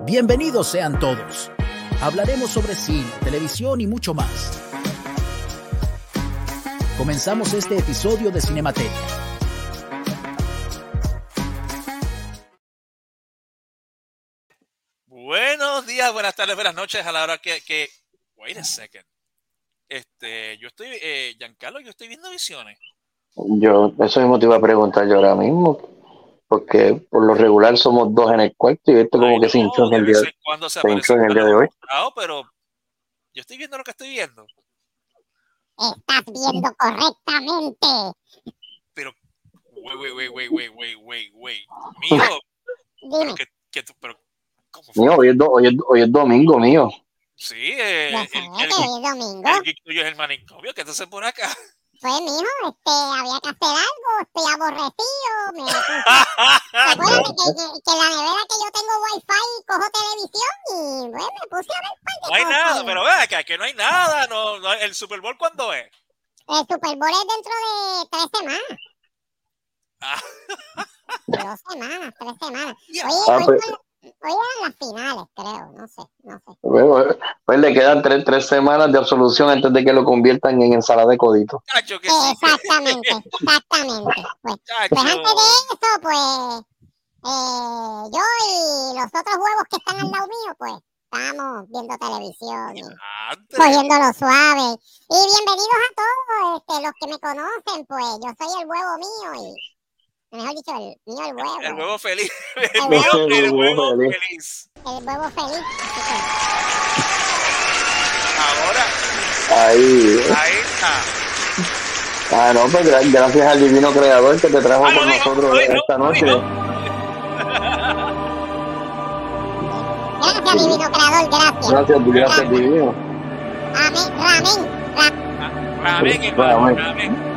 Bienvenidos sean todos. Hablaremos sobre cine, televisión y mucho más. Comenzamos este episodio de Cinemateria. Buenos días, buenas tardes, buenas noches a la hora que... Wait a second. Yo estoy... Giancarlo, yo estoy viendo visiones. Eso mismo te iba a preguntar yo ahora mismo, porque por lo regular somos dos en el cuarto y esto como que se hinchó en el día de hoy. Pero yo estoy viendo lo que estoy viendo. Estás viendo correctamente. Pero, wait. Mío. Dime. ¿Cómo fue? Mío, hoy es domingo, mío. Sí, hoy es domingo. El tuyo es el manicomio, ¿qué te hace por acá? Pues, mijo, había que hacer algo, estoy aborrecido. Recuérdate que la nevera que yo tengo wifi, cojo televisión y bueno, me puse a ver un par de No hay cosas. nada, pero ve acá, que no hay nada. No, ¿el Super Bowl cuándo es? El Super Bowl es dentro de 3 semanas. 2 semanas, 3 semanas. Hoy eran las finales, creo, no sé. Pues le quedan 3 semanas de absolución antes de que lo conviertan en ensalada de codito. Cacho, que Exactamente. sí. Pues antes de eso, pues, yo y los otros huevos que están al lado mío, pues, estábamos viendo televisión y cogiéndolo suave. Y bienvenidos a todos, los que me conocen, pues, yo soy el huevo mío y... Mejor dicho, el huevo. El huevo feliz. El huevo feliz. El huevo feliz. Ahora. Ahí está. No, pues gracias al divino creador que te trajo con nosotros esta noche. Gracias, divino creador, gracias. Gracias, divino. Ramen.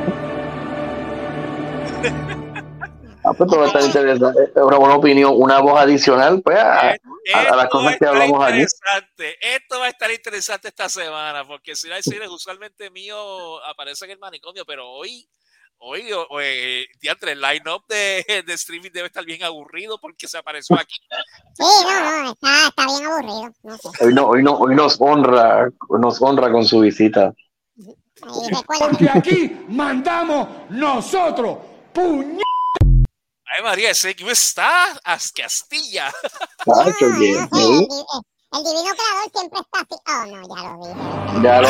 Pues todo está interesante. Es una buena opinión, una voz adicional pues a las cosas que hablamos aquí. Esto va a estar interesante esta semana, porque si hay cines usualmente mío aparece en el manicomio, pero hoy el line-up de streaming debe estar bien aburrido porque se apareció aquí. Sí, no, está bien aburrido. No sé. Hoy nos honra con su visita. Porque aquí mandamos nosotros, Ay, María, ese que está Castilla. Qué bien. El divino creador siempre está así. Oh, no, ya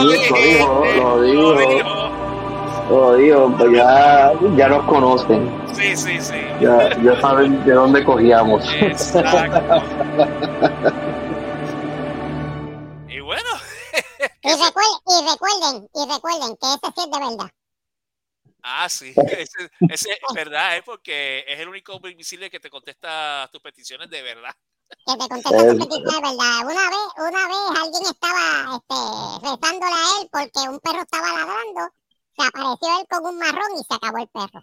lo dijo. Pues ya nos conocen. Sí. Ya saben de dónde cogíamos. Exacto. Y bueno. Y recuerden que ese sí es de verdad. Sí, ese es verdad, porque es el único invisible que te contesta tus peticiones de verdad. Que te contesta tus peticiones de verdad. Una vez alguien estaba rezándole a él porque un perro estaba ladrando, se apareció él con un marrón y se acabó el perro.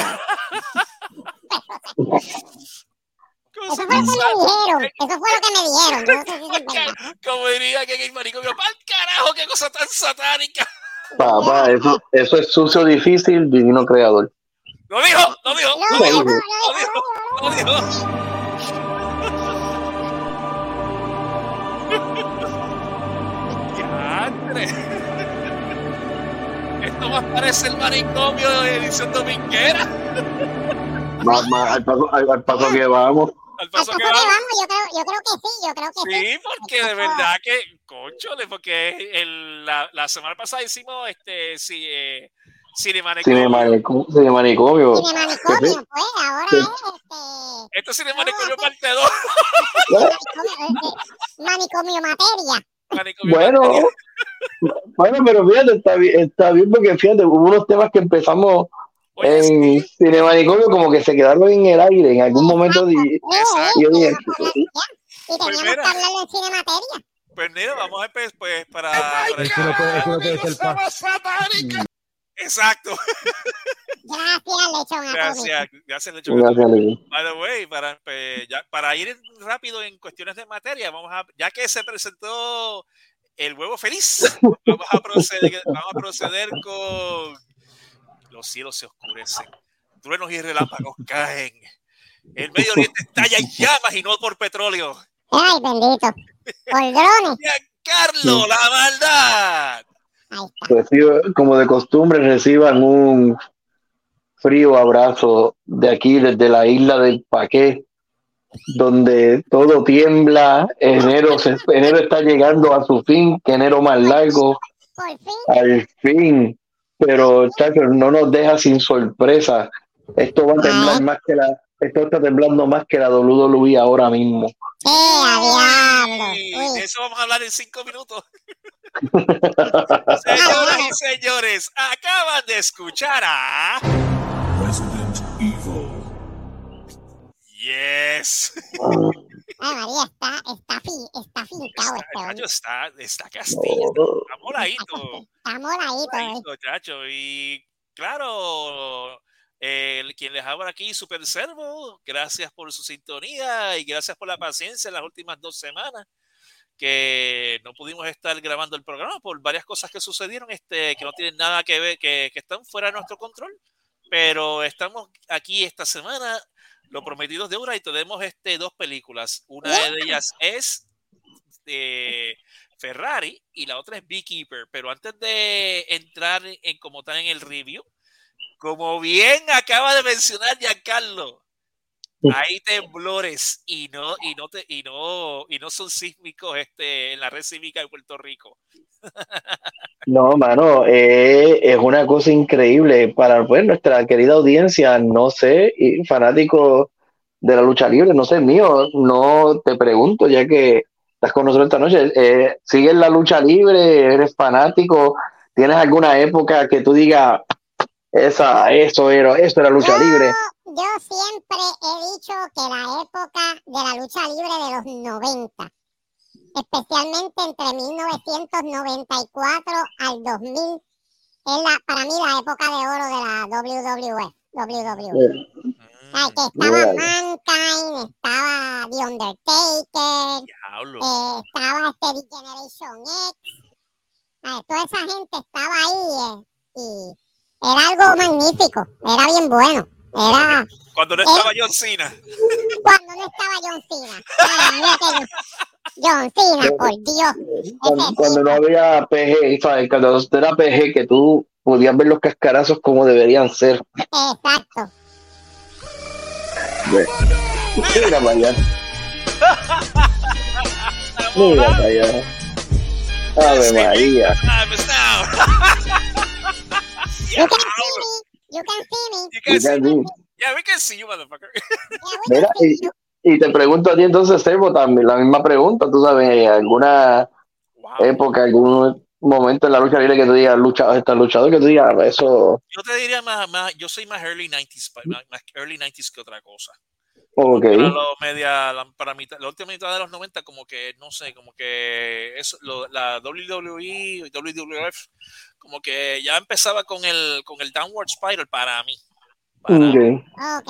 Eso fue lo que me dijeron. Yo no sé si es verdad. Como diría que el manicomio, ¡pal carajo, qué cosa tan satánica! Papá, eso es sucio, difícil, divino creador. ¡Lo dijo! ¡Diantre! Esto más parece el manicomio de edición dominguera. Al paso que vamos. Yo creo que sí. Sí, porque de verdad que, conchole, porque la semana pasada hicimos Cinemanicomio. Cinemanicomio. Pues ahora Esto es Cinemanicomio parte 2. Manicomio materia. Bueno, pero fíjate, está bien porque fíjate, hubo unos temas que empezamos en Cinemanicomio como que se quedaron en el aire en algún momento. Exacto. Y teníamos que hablarlo en Cinemateria. Pues mira, vamos a empezar pues para... Eso no puede ser fácil. Exacto. Gracias, Lechón. By the way, para ir rápido en cuestiones de materia, ya que se presentó el huevo feliz, vamos a proceder con los cielos se oscurecen, truenos y relámpagos caen, el Medio Oriente estalla en llamas y no por petróleo. Ay, bendito. Por drones. Giancarlo, la maldad. Como de costumbre, reciban un frío abrazo de aquí, desde la isla del Paqué, donde todo tiembla. Enero está llegando a su fin, que enero más largo. Al fin. Pero, chachos, no nos deja sin sorpresa. Esto va a temblar más que esto está temblando más que la WWE ahora mismo. De eso vamos a hablar en 5 minutos. Señoras y señores, acaban de escuchar a Resident Evil. Yes. María, está fincado está castillo, está moradito. Está moradito, chacho. Y claro, quien les habla aquí, Super Servo, gracias por su sintonía y gracias por la paciencia en las últimas 2 semanas que no pudimos estar grabando el programa por varias cosas que sucedieron que no tienen nada que ver, que están fuera de nuestro control, pero estamos aquí esta semana, lo prometido es deuda, y tenemos 2 películas. Una de ellas es Ferrari y la otra es Beekeeper. Pero antes de entrar como tal en el review, como bien acaba de mencionar Giancarlo, hay temblores y no son sísmicos en la red sísmica de Puerto Rico. No, mano, es una cosa increíble para nuestra querida audiencia, no sé, y fanáticos de la lucha libre, no sé, mío, no te pregunto, ya que estás con nosotros esta noche, ¿sigues la lucha libre? ¿Eres fanático? ¿Tienes alguna época que tú digas, eso era lucha libre? Yo siempre he dicho que la época de la lucha libre de los 90, especialmente entre 1994 al 2000, es para mí la época de oro de la WWE. Que estaba Mankind, estaba The Undertaker, estaba The Generation X, toda esa gente estaba ahí y era algo magnífico, era bien bueno. Cuando no estaba John Cena. Cuando no estaba John Cena. John Cena, por Dios. Cuando no había PG, ¿sabes? Cuando era PG, que tú podías ver los cascarazos como deberían ser. Exacto. Mira para allá. Mira para allá. Ave María. You can see me. Yeah, we can see you, motherfucker. Mira, y te pregunto a ti entonces, Servo, también la misma pregunta, tú sabes, ¿alguna época, algún momento en la lucha libre que tú digas, luchador que tú digas, eso? Yo te diría más, yo soy más early 90s, más early 90s que otra cosa. Okay. Para la última mitad de los 90, como que, no sé, como que la WWE y WWF, como que ya empezaba con el Downward Spiral para mí. Okay.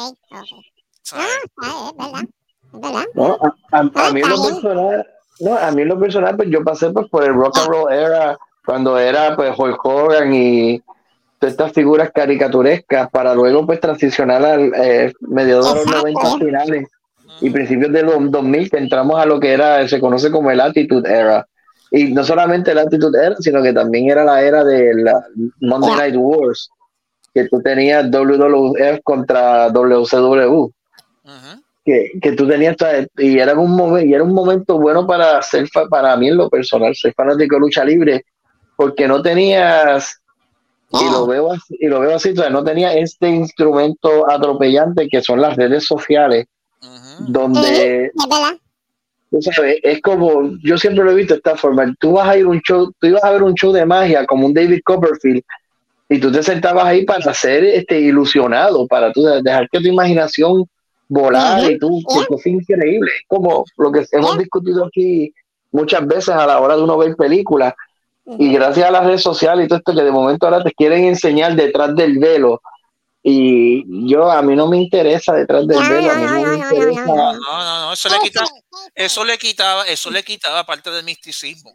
¿Verdad? No, a mí en lo personal, pues yo pasé pues por el rock and roll era, cuando era pues Hulk Hogan y todas estas figuras caricaturescas, para luego pues transicionar al mediados de los 90 finales y principios de los 2000, que entramos a lo que se conoce como el Attitude Era. Y no solamente el Attitude Era, sino que también era la era de la Monday Night Wars, que tú tenías WWF contra WCW. Que tú tenías, y era un momento bueno para mí en lo personal, ser fanático de lucha libre, porque no tenías, y lo veo así, no tenía este instrumento atropellante que son las redes sociales, donde tú sabes, es como, yo siempre lo he visto de esta forma, tú ibas a ver un show de magia como un David Copperfield, y tú te sentabas ahí para ser ilusionado, para tú dejar que tu imaginación volar, y tú, que fue increíble, como lo que hemos discutido aquí muchas veces a la hora de uno ver películas, y gracias a las redes sociales y todo esto, que de momento ahora te quieren enseñar detrás del velo, y a mí no me interesa detrás del velo, no, eso le quitaba parte del misticismo.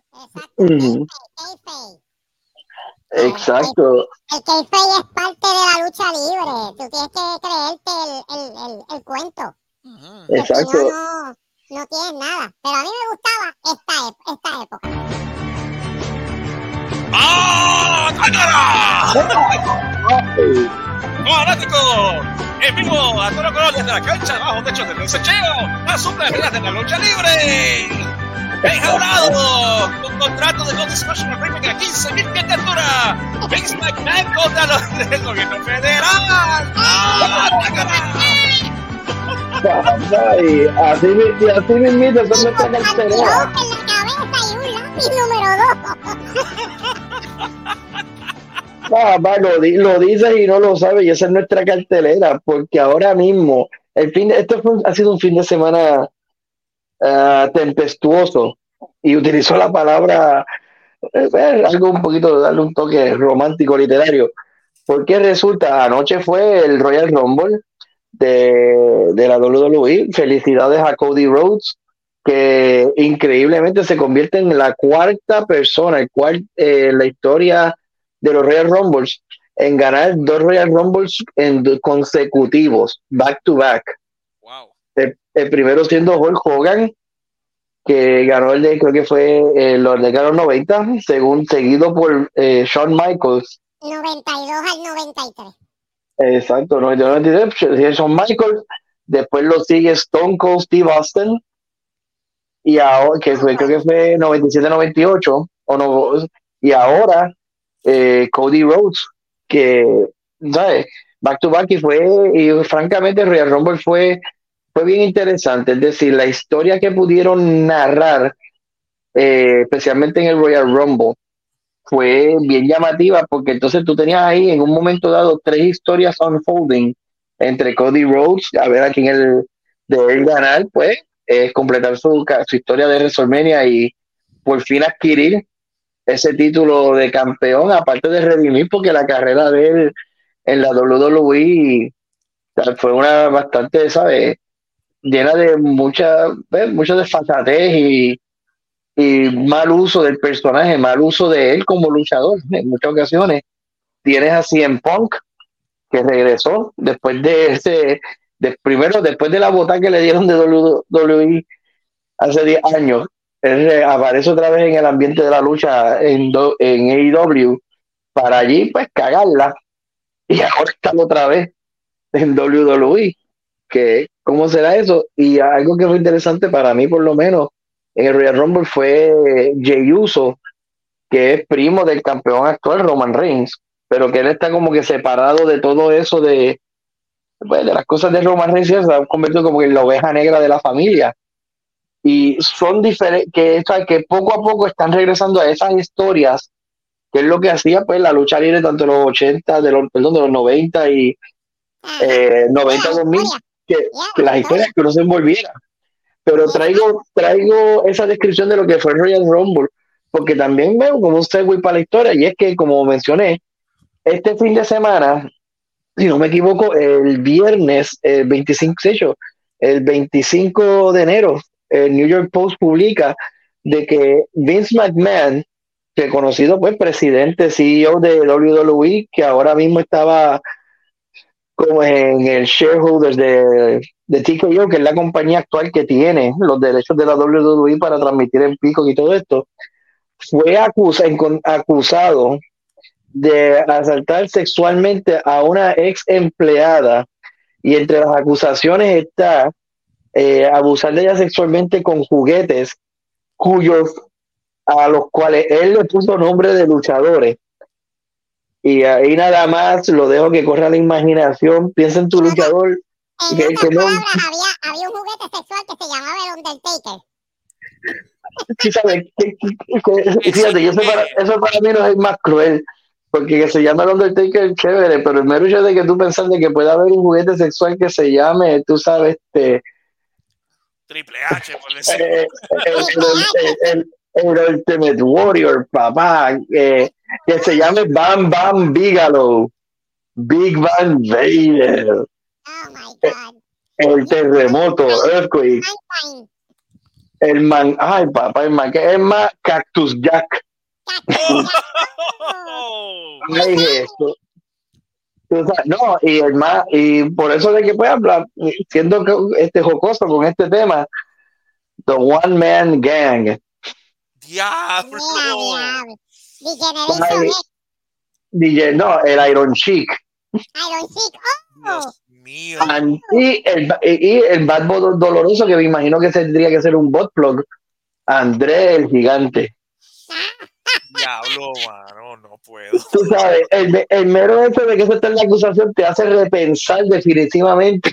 Exacto. El kayfabe es parte de la lucha libre. Tú tienes que creerte el cuento. Exacto. no tienes nada. Pero a mí me gustaba esta época. ¡Ah! ¡Fanático! En vivo, a todo color desde la cancha, bajo techo del desecheo, las super reglas de la lucha libre. Enjaulado, con contrato de Gold Special Agreement a 15,000 pies de altura. Vince McMahon contra los del gobierno federal. Así mismo, eso no está cartelera. En la cabeza y un lápiz número 2. Lo dices y no lo sabes, y esa es nuestra cartelera, porque ahora mismo, ha sido un fin de semana tempestuoso, y utilizó la palabra, algo un poquito, darle un toque romántico literario, porque resulta, anoche fue el Royal Rumble de la WWE. Felicidades a Cody Rhodes, que increíblemente se convierte en la cuarta persona, en la historia de los Royal Rumbles, en ganar 2 Royal Rumbles consecutivos, back to back. Wow. El primero siendo Hulk Hogan, que ganó creo que fue los de los 90, seguido por Shawn Michaels. 92 al 93. Exacto, 92-93, Shawn Michaels. Después lo sigue Stone Cold Steve Austin, y ahora, creo que fue 97-98, y ahora Cody Rhodes, que, ¿sabes? Back to back, y francamente Royal Rumble fue bien interesante. Es decir, la historia que pudieron narrar, especialmente en el Royal Rumble, fue bien llamativa, porque entonces tú tenías ahí en un momento dado 3 historias unfolding entre Cody Rhodes, a ver a quién de él ganar, pues completar su historia de WrestleMania y por fin adquirir ese título de campeón, aparte de redimir, porque la carrera de él en la WWE fue una bastante, ¿sabes?, llena de mucha desfachatez y mal uso del personaje, mal uso de él como luchador. En muchas ocasiones tienes a CM Punk, que regresó después de primero después de la botada que le dieron de WWE hace 10 años. Él aparece otra vez en el ambiente de la lucha en AEW para allí pues cagarla, y ahora está otra vez en WWE. Que ¿cómo será eso? Y algo que fue interesante para mí, por lo menos en el Royal Rumble, fue Jey Uso, que es primo del campeón actual Roman Reigns, pero que él está como que separado de todo eso de las cosas de Roman Reigns, se ha convertido como en la oveja negra de la familia. Y son diferentes, que poco a poco están regresando a esas historias, que es lo que hacía pues la lucha libre tanto en los 80, de los 90 y 90-2000, que las historias que no se envolvieran. Pero traigo esa descripción de lo que fue el Royal Rumble, porque también veo como un segue para la historia, y es que, como mencioné, este fin de semana, si no me equivoco, el viernes, el 25 de enero, el New York Post publica de que Vince McMahon, reconocido pues presidente, CEO de WWE, que ahora mismo estaba como en el shareholders de TKO, que es la compañía actual que tiene los derechos de la WWE para transmitir en Peacock y todo esto, fue acusado de asaltar sexualmente a una ex empleada, y entre las acusaciones está abusar de ella sexualmente con juguetes a los cuales él le puso nombre de luchadores. Y ahí nada más lo dejo que corra la imaginación. Piensa en tu luchador. Había un juguete sexual que se llamaba el Undertaker. Sí, sabes, fíjate, eso para mí no es más cruel, porque que se llama el Undertaker, chévere, pero el mero hecho de que tú pensas de que puede haber un juguete sexual que se llame, tú sabes, Triple H, por decirlo. El Ultimate Warrior, papá, que se llame Bam Bam Bigelow, Big Van Vader. Oh my God. El terremoto, Earthquake. El man, ay papá, el man, que es más Cactus Jack. Ay, esto. No, y por eso de que puede hablar, siendo jocoso con este tema, The One Man Gang. ¡Diablo! DJ, no, el Iron Sheik. Iron Sheik, Dios mío. Y el Bad Boy doloroso, que me imagino que tendría que ser un bot plug. André el Gigante. Diablo, mano, no puedo. Tú sabes, el mero hecho de que eso esté en la acusación te hace repensar definitivamente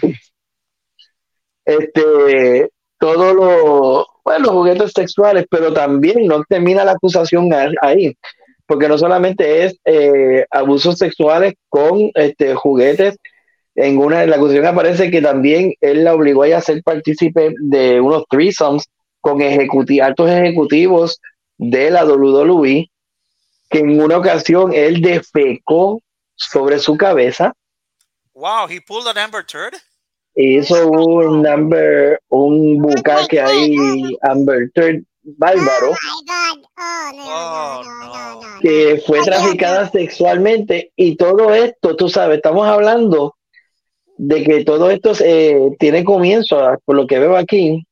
todos los juguetes sexuales, pero también no termina la acusación ahí, porque no solamente es abusos sexuales con juguetes. En la acusación aparece que también él la obligó a ella a ser partícipe de unos threesomes con altos ejecutivos de la WWE, que en una ocasión él defecó sobre su cabeza. Wow, he pulled an Amber Turd. Hizo un bucaque ahí, Amber Turd bárbaro, que fue traficada sexualmente. Y todo esto, tú sabes, estamos hablando de que todo esto tiene comienzo, por lo que veo aquí,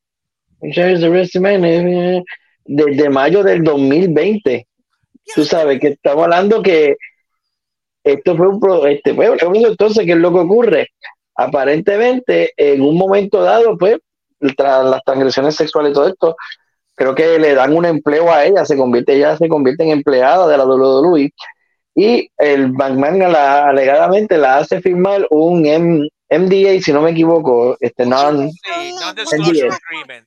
desde mayo del 2020. Tú sabes que estamos hablando que esto fue entonces, ¿qué es lo que ocurre? Aparentemente, en un momento dado, pues, tras las transgresiones sexuales y todo esto, creo que le dan un empleo a ella, se convierte en empleada de la WWE, y el McMahon alegadamente la hace firmar un MDA, si no me equivoco, non-disclosure agreement.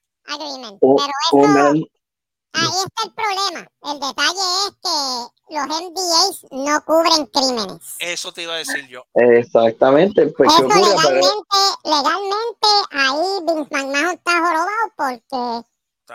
Ahí está el problema. El detalle es que los NDAs no cubren crímenes. Eso te iba a decir yo. Exactamente. Pues, eso legalmente, ahí Vince McMahon está jorobado porque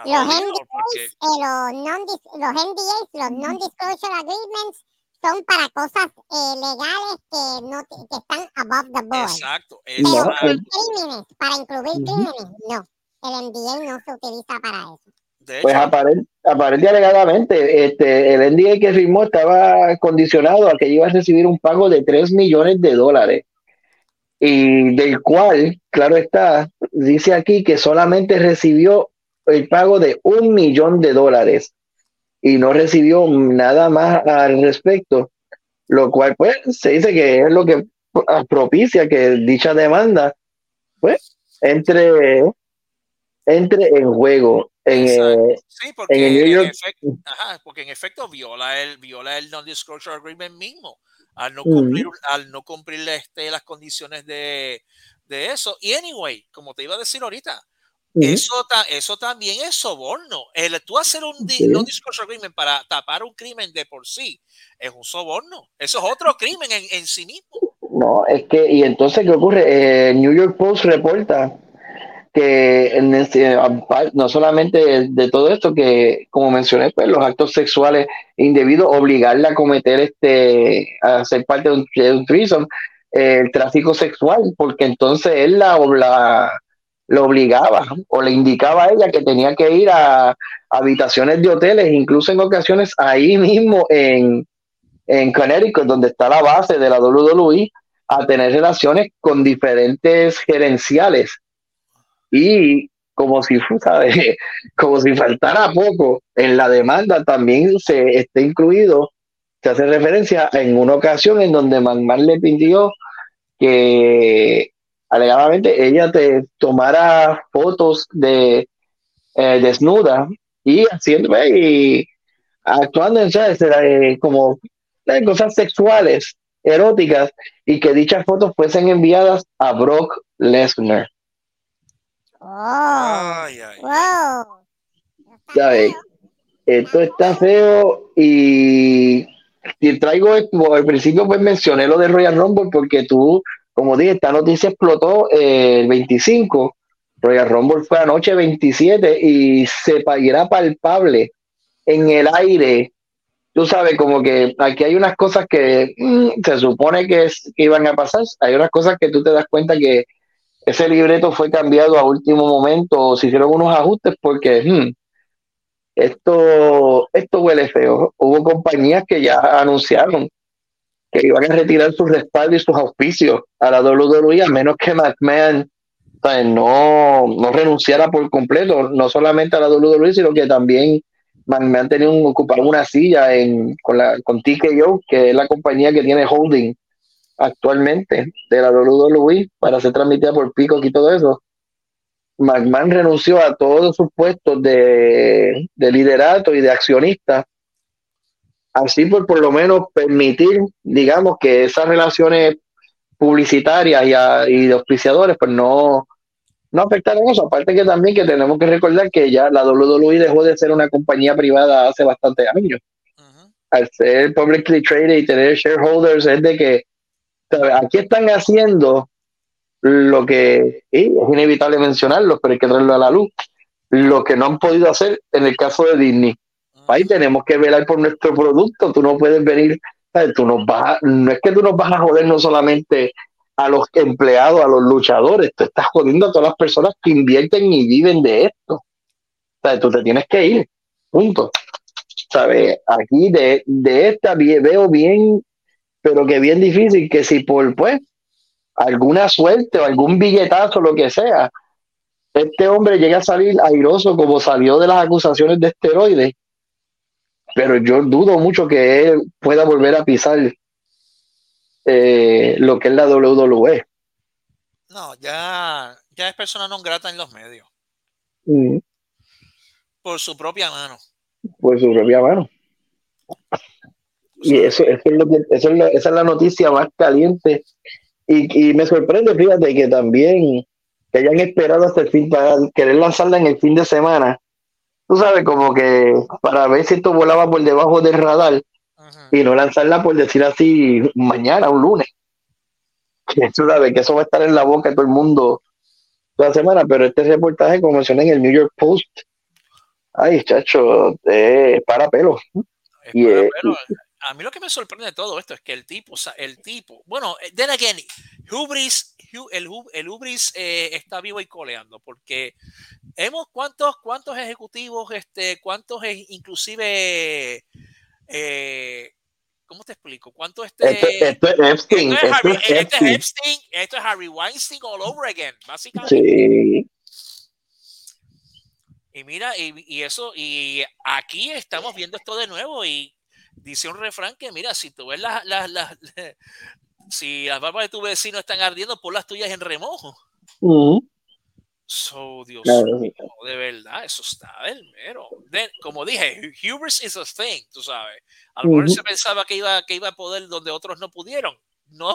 los non-disclosure agreements son para cosas legales que están above the board. Exacto. Pero para incluir crímenes, no. El NDA no se utiliza para eso. Pues aparentemente alegadamente el NDA que firmó estaba condicionado a que iba a recibir un pago de $3 millones, y del cual, claro está, dice aquí que solamente recibió el pago de $1 millón y no recibió nada más al respecto, lo cual pues se dice que es lo que propicia que dicha demanda pues entre en juego. Sí, porque en efecto viola el non-disclosure agreement mismo al no cumplir las condiciones de eso. Y anyway, como te iba a decir ahorita, eso también es soborno. Tú hacer un non-disclosure agreement para tapar un crimen de por sí es un soborno. Eso es otro crimen en sí mismo. No, es que, y entonces, ¿qué ocurre? New York Post reporta que no solamente de todo esto, que como mencioné, pues los actos sexuales indebidos, obligarla a cometer a ser parte de un threesome, el tráfico sexual, porque entonces él la obligaba o le indicaba a ella que tenía que ir a habitaciones de hoteles, incluso en ocasiones ahí mismo en Connecticut, donde está la base de la WWE, a tener relaciones con diferentes gerenciales. Y como si faltara poco, en la demanda también se está incluido, se hace referencia en una ocasión en donde McMahon le pidió que alegadamente ella te tomara fotos de desnuda y actuando en como cosas sexuales, eróticas, y que dichas fotos fuesen enviadas a Brock Lesnar. Wow. ¿Sabes? Esto está feo, y traigo esto, al principio pues mencioné lo de Royal Rumble porque tú, como dije, esta noticia explotó el 25, Royal Rumble fue anoche 27 y era palpable en el aire. Tú sabes, como que aquí hay unas cosas que se supone que iban a pasar, hay unas cosas que tú te das cuenta que ese libreto fue cambiado a último momento, o se hicieron unos ajustes porque esto huele feo. Hubo compañías que ya anunciaron que iban a retirar su respaldo y sus auspicios a la WWE, a menos que McMahon sea, no renunciara por completo, no solamente a la WWE, sino que también me han tenido ocupado una silla con TKO, que es la compañía que tiene holding actualmente de la WWE para ser transmitida por Peacock y todo eso. McMahon renunció a todos sus puestos de liderato y de accionista, así por lo menos permitir, digamos, que esas relaciones publicitarias y de auspiciadores pues no afectaron eso. Aparte que también que tenemos que recordar que ya la WWE dejó de ser una compañía privada hace bastantes años. Al ser publicly traded y tener shareholders, es de que, ¿sabes? Aquí están haciendo lo que es inevitable mencionarlo, pero hay que traerlo a la luz, lo que no han podido hacer en el caso de Disney. Ahí tenemos que velar por nuestro producto. Tú no puedes venir, ¿sabes? No es que tú nos vas a joder no solamente a los empleados, a los luchadores, tú estás jodiendo a todas las personas que invierten y viven de esto. ¿Sabes? Tú te tienes que ir, punto. ¿Sabes? Aquí de esta veo bien, pero que bien difícil que si por pues alguna suerte o algún billetazo, lo que sea, este hombre llega a salir airoso como salió de las acusaciones de esteroides, pero yo dudo mucho que él pueda volver a pisar lo que es la WWE. No, ya es persona non grata en los medios. Por su propia mano. Por su propia mano. Y esa es la noticia más caliente. Y me sorprende, fíjate, que también que hayan esperado hasta el fin para querer lanzarla en el fin de semana. Tú sabes, como que para ver si esto volaba por debajo del radar y no lanzarla, por decir así, mañana, un lunes. Que tú sabes que eso va a estar en la boca de todo el mundo toda la semana, pero este reportaje, como mencioné en el New York Post, ay, chacho, para pelo. A mí lo que me sorprende de todo esto es que el tipo, bueno, then again, el hubris está vivo y coleando, porque cuántos ejecutivos, cuántos inclusive, ¿cómo te explico? ¿Cuánto esto es Epstein. Esto es Harvey Weinstein all over again, básicamente. Sí. Y mira, y aquí estamos viendo esto de nuevo y dice un refrán que mira, si tú ves si las barbas de tu vecino están ardiendo, pon las tuyas en remojo. Dios mío, de verdad, eso está del mero. Como dije, hubris is a thing, tú sabes. A lo mejor se pensaba que iba a poder donde otros no pudieron. No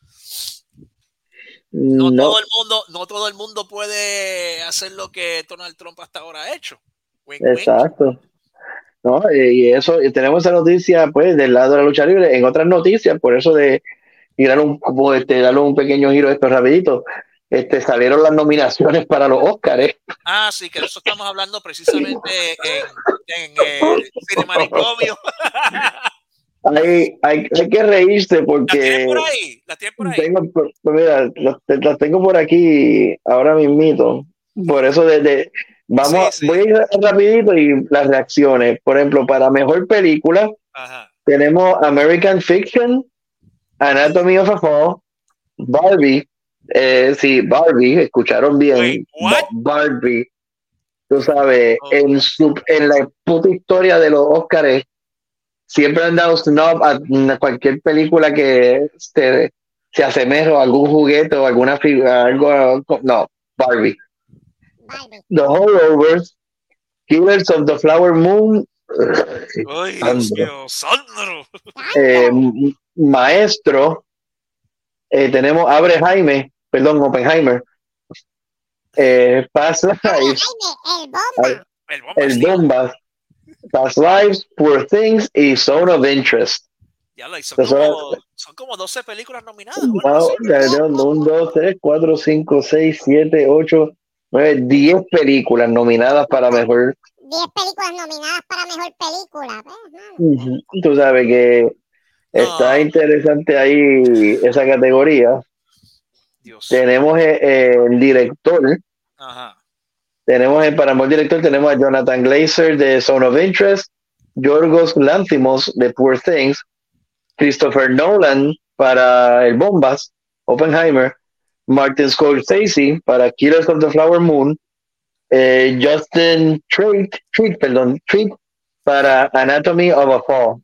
todo el mundo puede hacer lo que Donald Trump hasta ahora ha hecho. Exacto. No, y eso, y tenemos esa noticia pues del lado de la lucha libre. En otras noticias, por eso de darle un pequeño giro a esto rapidito, salieron las nominaciones para los Óscares. Sí, que de eso estamos hablando precisamente en el Cinemaricomio. Hay que reírse porque ¿La tienes por ahí? Mira, las tengo por aquí ahora mismito. Por eso voy a ir rapidito y las reacciones. Por ejemplo, para mejor película tenemos American Fiction, Anatomy of a Fall, Barbie. Sí, Barbie, escucharon bien. Barbie. Tú sabes, en la puta historia de los Óscares siempre han dado snob a cualquier película que se asemeje a algún juguete o alguna figura, no, Barbie. The Holdovers, Killers of the Flower Moon, Maestro, tenemos Oppenheimer, Past Lives, el Bombas, Past Lives, Poor Things y Zone of Interest. Son como 12 películas nominadas. 1, 2, 3, 4, 5, 6, 7, 8, 9, 10 películas nominadas para mejor. 10 películas nominadas para mejor película. Tú sabes que está interesante ahí esa categoría. Tenemos el director. Para mejor director tenemos a Jonathan Glazer de Zone of Interest, Yorgos Lanthimos de Poor Things, Christopher Nolan para el Bombas, Oppenheimer, Martin Scorsese para Killers of the Flower Moon, Justin Treat para Anatomy of a Fall.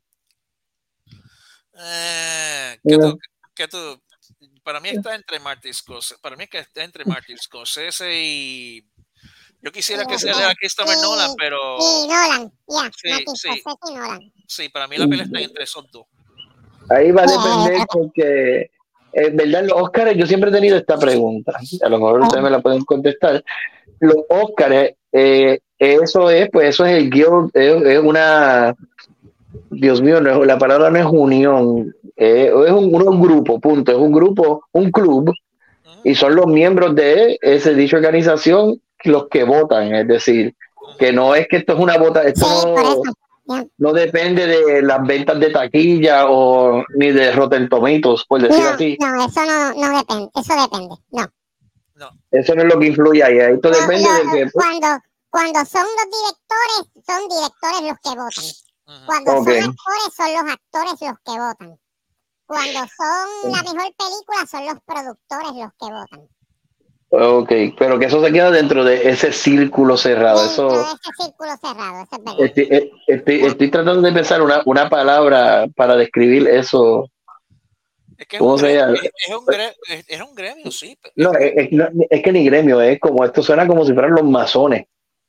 Para mí está entre Martin Scorsese. Para mí que está entre Martin Scorsese y yo quisiera que sea Christopher Nolan, pero Nolan, Nolan. Sí, para mí la pelea está entre esos dos. Ahí va a depender porque en verdad los Oscars, yo siempre he tenido esta pregunta, a lo mejor ustedes me la pueden contestar. Los Oscars, eso es el guild, es una, Dios mío, la palabra no es unión, es un grupo, punto, es un grupo, un club, y son los miembros de esa dicha organización los que votan, es decir, que no es que esto es una votación, no depende de las ventas de taquilla o ni de Rotten Tomatoes, por decir así. No, eso no depende, eso depende, no. Eso no es lo que influye ahí, esto depende de que... Cuando son los directores los que votan. Cuando son actores, son los actores los que votan. Cuando son la mejor película, son los productores los que votan. Ok, pero que eso se queda dentro de ese círculo cerrado. Eso es verdad. Estoy tratando de pensar una palabra para describir eso. Es que es un gremio, sí. No, es que ni gremio, es como esto suena como si fueran los masones.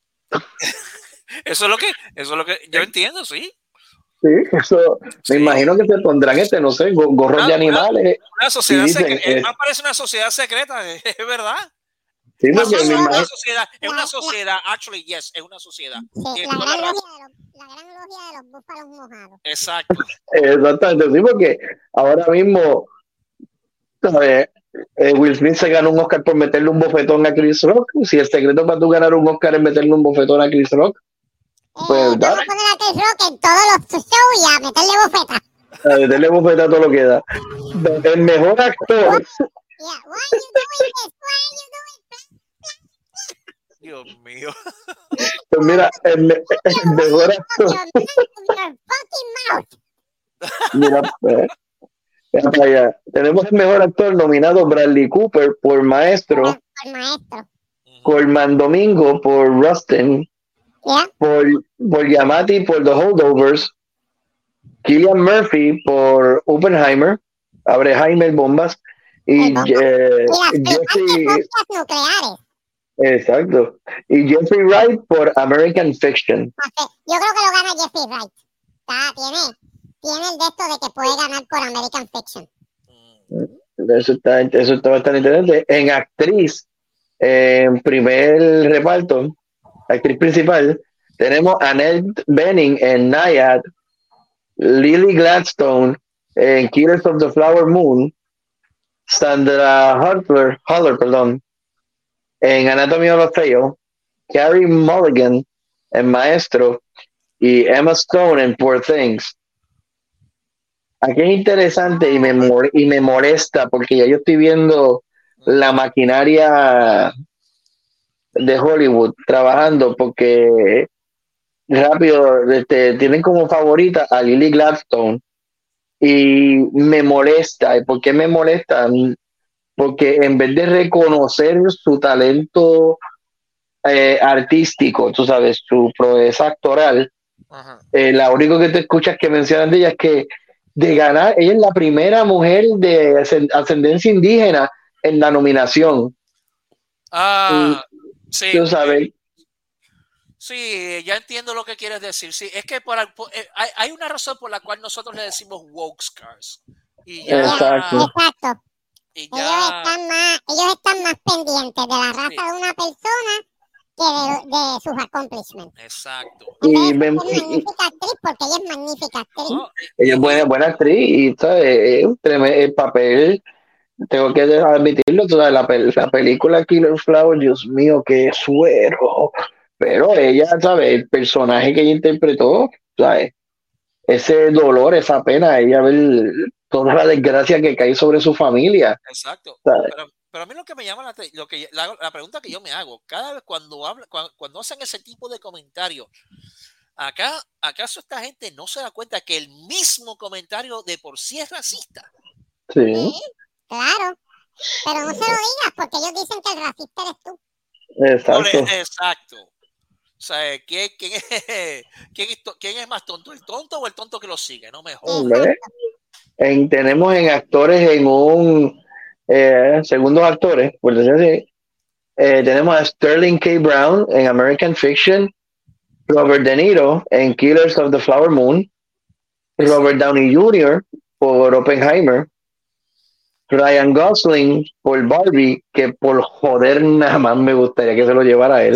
Eso es lo que yo entiendo, sí. Sí, eso. Sí. Me imagino que se pondrán no sé, gorros de animales. Una sociedad secreta. Más parece una sociedad secreta, es verdad. Sí, es una sociedad, actually, yes, es una sociedad. Sí, la gran logia de los búfalos mojados. Exacto. Exactamente, sí, porque ahora mismo, ¿sabes? Will Smith se ganó un Oscar por meterle un bofetón a Chris Rock. Si el secreto para tú ganar un Oscar es meterle un bofetón a Chris Rock, pues vamos a poner a Chris Rock en todos los shows y a meterle bofeta. A meterle bofeta todo lo que da. El mejor actor. Dios mío. Pues mira, el mejor actor. Mira, para allá. Tenemos el mejor actor nominado Bradley Cooper por Maestro. Colman Domingo por Rustin. Por Giamatti por The Holdovers. Cillian Murphy por Oppenheimer. Abre Bombas. Y Jeffrey. Exacto. Y Jeffrey Wright por American Fiction. Yo creo que lo gana Jeffrey Wright. Tiene el de esto de que puede ganar por American Fiction. Eso está bastante interesante. En actriz, en primer reparto, actriz principal, tenemos a Annette Bening en Nyad, Lily Gladstone en Killers of the Flower Moon, Sandra Hüller, en Anatomy of a Fall, Carey Mulligan en Maestro y Emma Stone en Poor Things. Aquí es interesante y me molesta porque ya yo estoy viendo la maquinaria de Hollywood trabajando porque rápido tienen como favorita a Lily Gladstone y me molesta. ¿Y por qué me molesta? Porque en vez de reconocer su talento artístico, tú sabes, su proeza actoral, la único que te escuchas que mencionan de ella es que de ganar, ella es la primera mujer de ascendencia indígena en la nominación. Sí. Tú sabes. Sí, ya entiendo lo que quieres decir. Sí, es que hay una razón por la cual nosotros le decimos woke scars. Y ya, exacto. Y ya, ellos están más pendientes de la raza de una persona que de sus accomplishments. Exacto. Es magnífica actriz porque ella es magnífica actriz. Ella es buena actriz y ¿sabes? El papel, tengo que admitirlo, toda la película Killer Flower, Dios mío, qué suero. Pero ella, ¿sabes? El personaje que ella interpretó, ¿sabes? Ese dolor, esa pena, ella ver toda la desgracia que cae sobre su familia. Exacto. Pero a mí lo que me llama la pregunta que yo me hago, cada vez cuando hacen ese tipo de comentarios, ¿acaso esta gente no se da cuenta que el mismo comentario de por sí es racista? Sí. Claro. Pero no se lo digas porque ellos dicen que el racista eres tú. Exacto. O sea, ¿quién es más tonto? ¿El tonto o el tonto que lo sigue? No me jodas. Tenemos en actores segundos actores, por decir así. Tenemos a Sterling K. Brown en American Fiction, Robert De Niro en Killers of the Flower Moon, Robert Downey Jr. por Oppenheimer, Ryan Gosling por Barbie, que por joder nada más me gustaría que se lo llevara a él.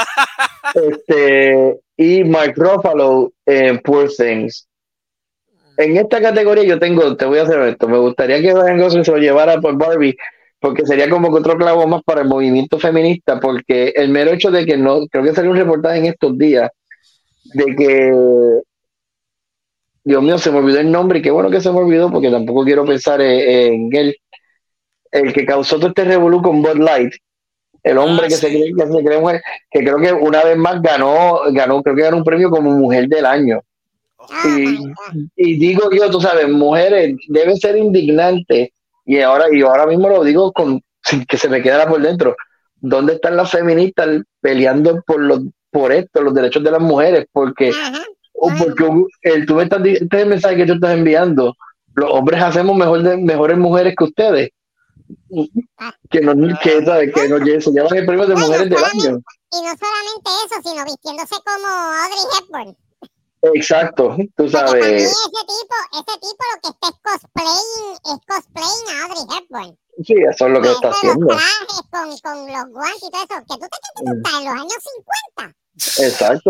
Y Mark Ruffalo en Poor Things. En esta categoría te voy a hacer esto, me gustaría que Ryan Gosling se lo llevara por Barbie, porque sería como que otro clavo más para el movimiento feminista, porque el mero hecho de que no, creo que salió un reportaje en estos días, de que, Dios mío, se me olvidó el nombre, y qué bueno que se me olvidó, porque tampoco quiero pensar en él, el que causó todo este revolú con Bud Light, el hombre que se cree mujer, que creo que una vez más ganó un premio como mujer del año. Y digo yo, tú sabes, mujeres, debe ser indignante, y ahora mismo lo digo que se me quedara por dentro. ¿Dónde están las feministas peleando por los derechos de las mujeres? Porque este mensaje que tú estás enviando, los hombres hacemos mejores mujeres que ustedes. Que se llaman el premio de mujeres del año. Y no solamente eso, sino vistiéndose como Audrey Hepburn. Exacto, tú sabes. Ese tipo lo que está es cosplaying a Audrey Hepburn. Sí, eso es lo que está haciendo. Los trajes con los guantes y todo eso. Que tú te crees que tú estás en los años 50. Exacto.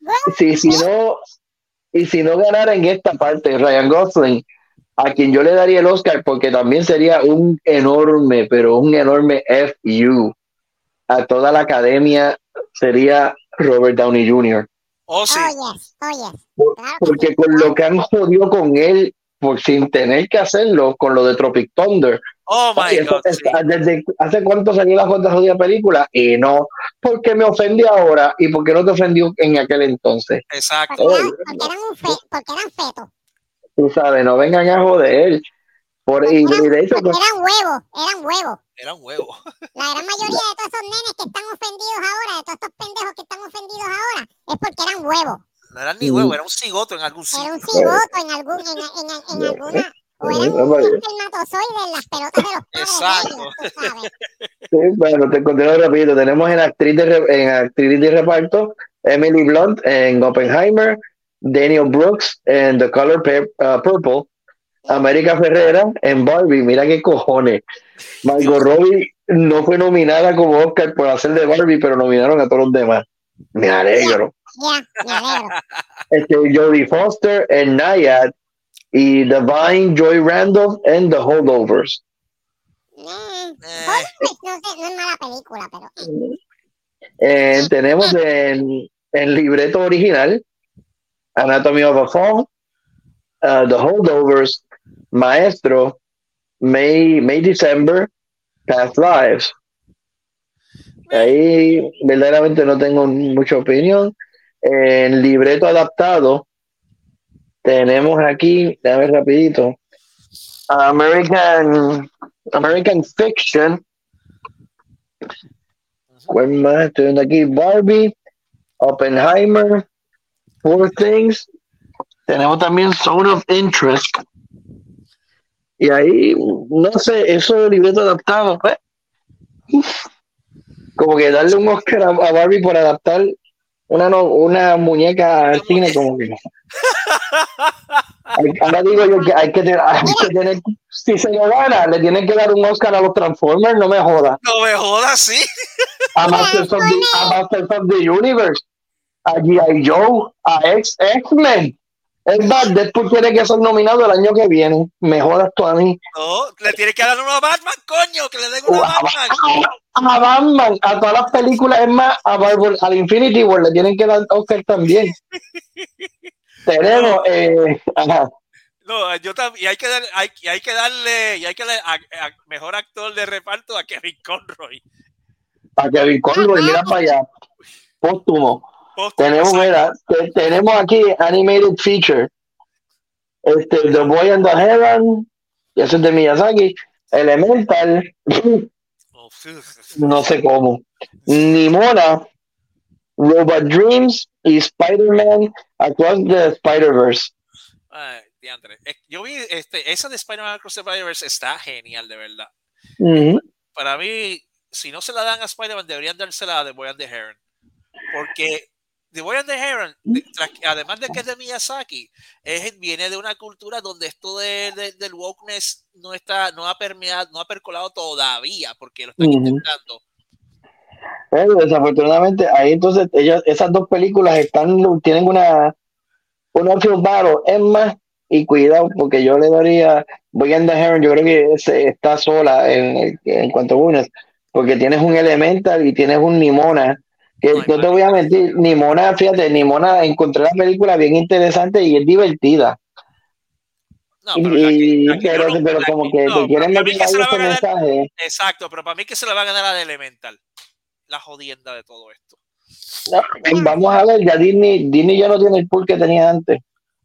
Si no ganara en esta parte Ryan Gosling, a quien yo le daría el Oscar, porque también sería un enorme FU a toda la academia, sería Robert Downey Jr. Sí. Porque con lo que han jodido con él, sin tener que hacerlo, con lo de Tropic Thunder. Oh my God. ¿Desde hace cuánto salió la jodida película? Y no, porque me ofendió ahora y porque no te ofendió en aquel entonces. Exacto. Porque eran fetos. Tú sabes, no vengan a joder. Eran huevos. La gran mayoría de todos esos nenes que están ofendidos ahora, de todos estos pendejos que están ofendidos ahora, es porque eran huevos. No eran ni huevos, era un cigoto en algún sitio. Era un cigoto en alguna, o eran un espermatozoide en las pelotas de los padres. Exacto. Ellos, tú sabes. Sí, bueno, te continúo rápido. Tenemos en actriz de reparto Emily Blunt en Oppenheimer, Daniel Brooks en The Color Purple, América Ferrera en Barbie. Mira qué cojones. Margot Robbie no fue nominada como Oscar por hacer de Barbie, pero nominaron a todos los demás. Me alegro. Me alegro. Jodie Foster en Nyad y Divine Joy Randolph en The Holdovers. Holdovers no es mala película, pero... Tenemos en libreto original Anatomy of a Fall, The Holdovers, Maestro, May December, Past Lives. Ahí verdaderamente no tengo mucha opinión. En libreto adaptado tenemos aquí, déjame ver rapidito, American Fiction. ¿Cuál más? Estoy viendo aquí Barbie, Oppenheimer, Poor Things. Tenemos también Zone of Interest. Y ahí, no sé, eso de libreto adaptado, como que darle un Oscar a Barbie por adaptar una muñeca al cine, como que ahora digo yo que hay que tener, si se lo gana, le tienen que dar un Oscar a los Transformers, no me joda. No me joda, sí. A Masters of the Universe, a G.I. Joe, a X-Men. Es más, Deadpool tiene que ser nominado el año que viene. Me jodas tú a mí. No, le tiene que dar uno a Batman, coño, que le den uno a Batman. A Batman, a todas las películas, es más, al Infinity War le tienen que dar Oscar también. Tenemos, No, yo también, y hay que darle a mejor actor de reparto a Kevin Conroy. A Kevin Conroy, mira para allá. Póstumo. Tenemos aquí Animated Feature. The Boy and the Heron, y eso es de Miyazaki. Elemental, no sé cómo. Nimona, Robot Dreams y Spider-Man Across the Spider-Verse. Yo vi esa de Spider-Man Across the Spider-Verse está genial, de verdad. Para mí, si no se la dan a Spider-Man, deberían dársela a The Boy and the Heron. Porque The Boy and the Heron, además de que es de Miyazaki, viene de una cultura donde esto del wokeness no ha permeado, no ha percolado todavía, porque lo están intentando. Pero desafortunadamente, ahí entonces esas dos películas tienen una uphill battle. Es más, y cuidado, porque yo le daría Boy and the Heron, yo creo que está sola en cuanto a unas, porque tienes un Elemental y tienes un Nimona, que no te voy a mentir, Nimona, fíjate, Nimona encontré la película bien interesante y es divertida. No, pero, pero como que te quieren meter ahí ese mensaje. Exacto, pero para mí que se la va a ganar a la Elemental, la jodienda de todo esto. No, vamos a ver, ya Disney ya no tiene el pool que tenía antes.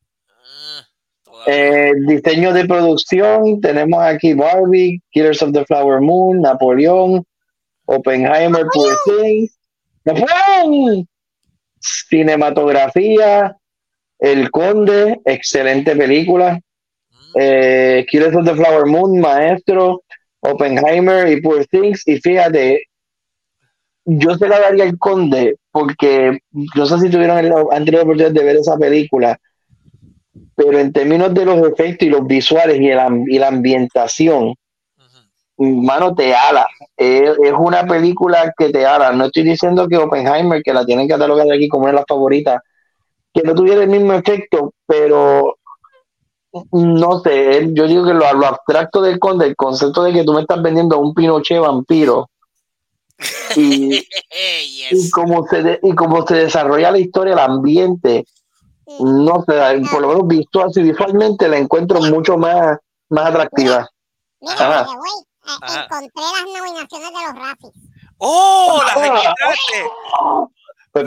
Diseño de producción, tenemos aquí Barbie, Killers of the Flower Moon, Napoleón, Oppenheimer, Poor Things, ¡Napoleón! Cinematografía, El Conde, excelente película, Killers of the Flower Moon, Maestro, Oppenheimer y Poor Things. Y fíjate, yo se la daría El Conde porque no sé si tuvieron anterior oportunidad de ver esa película, pero en términos de los efectos y los visuales y la ambientación, mano, te ala. Es una película que te ala. No estoy diciendo que Oppenheimer, que la tienen catalogada aquí como una de las favoritas, que no tuviera el mismo efecto, pero no sé, yo digo que lo abstracto del Conde, el concepto de que tú me estás vendiendo a un Pinochet vampiro y cómo se desarrolla la historia, el ambiente, no sé, por lo menos visualmente la encuentro mucho más atractiva. Mira, encontré las nominaciones de los Razzies. ¡Oh! ¡Las encontraste! Pues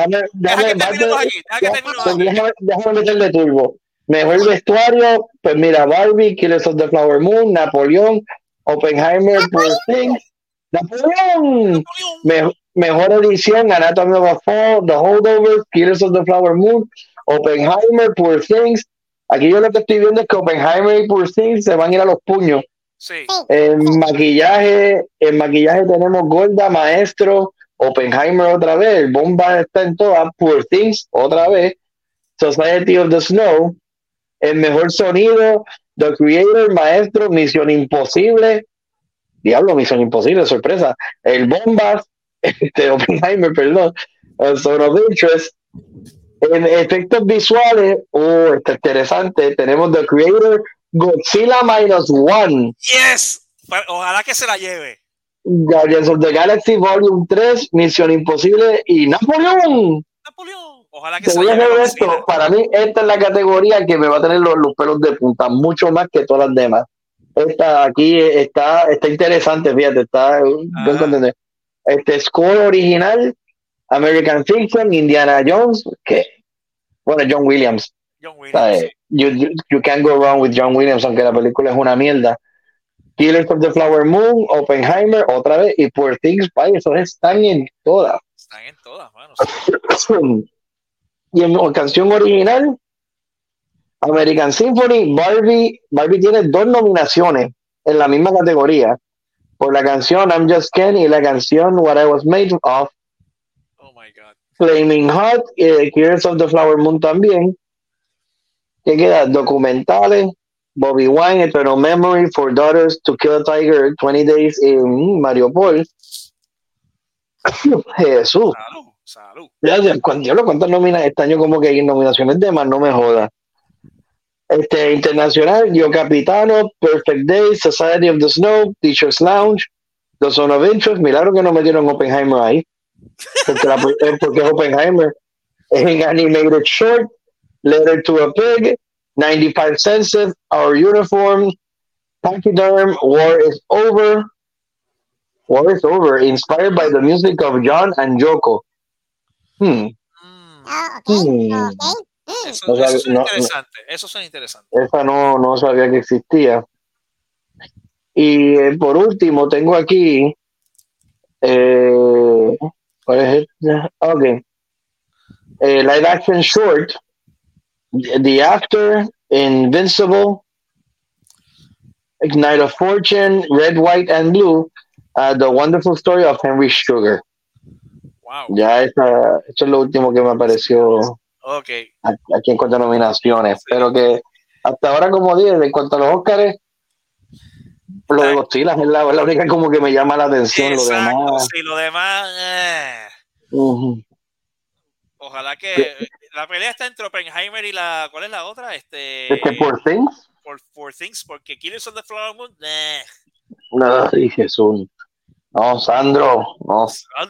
déjame meterle turbo. Mejor vestuario, pues mira, Barbie, Killers of the Flower Moon, Napoleón, Oppenheimer, Poor Things, Napoleón. Mejor edición, Anatomy of a Fall, The Holdovers, Killers of the Flower Moon, Oppenheimer, Poor Things. Aquí yo lo que estoy viendo es que Oppenheimer y Poor Things se van a ir a los puños. Sí. En maquillaje tenemos Golda, Maestro, Oppenheimer otra vez, Bomba está en todas, Poor Things otra vez, Society of the Snow. El mejor sonido, The Creator, Maestro, Misión Imposible, Misión Imposible, sorpresa, el Bombas, Oppenheimer, perdón, Zone of Interest. En efectos visuales, está interesante, tenemos The Creator, Godzilla -1. Yes, ojalá que se la lleve. Guardians of the Galaxy Volume 3, Misión Imposible y Napoleón. Ojalá que te voy a hacer esto. Para mí, esta es la categoría que me va a tener los pelos de punta, mucho más que todas las demás. Esta aquí está interesante, fíjate, score original, American Fiction, Indiana Jones, John Williams. You can't go wrong with John Williams, aunque la película es una mierda. Killers of the Flower Moon, Oppenheimer, otra vez, y Poor Things, esos están en todas. Están en todas, manos. Y en canción original, American Symphony, Barbie tiene 2 nominaciones en la misma categoría, por la canción I'm Just Ken y la canción What I Was Made Of. Oh my God. Flaming Hot, Killers of the Flower Moon también. ¿Qué queda? Documentales, Bobby Wine, Eternal Memory, For Daughters, To Kill a Tiger, 20 Days in Mariupol. Jesús. Salud. ¿Cuántas nominaciones este año? Como que hay nominaciones de más, no me joda. Internacional, Yo Capitano, Perfect Day, Society of the Snow, Teacher's Lounge, The Zone of Interest. Milagro que no metieron Oppenheimer ahí, porque es Oppenheimer. En Animated Short, Letter to a Pig, 95 Senses, Our Uniform, Pachyderm, War is Over, inspired by the music of John and Yoko. Eso son interesantes. Esa no sabía que existía. Y por último, tengo aquí. ¿Cuál es este? Ok. Live action short. The After, Invincible, Ignite of Fortune, Red, White, and Blue. The Wonderful Story of Henry Sugar. Wow. Ya esto es lo último que me apareció aquí en cuanto a nominaciones. Sí. Pero que hasta ahora, como dije, en cuanto a los Oscars, lo de Godzilla es la única como que me llama la atención. Exacto, lo demás. Sí, lo demás. Ojalá que la pelea está entre Oppenheimer y ¿cuál es la otra? Poor Things. Poor Things, porque Killers of the Flower Moon. No, sí, Jesús. No, Sandro, no.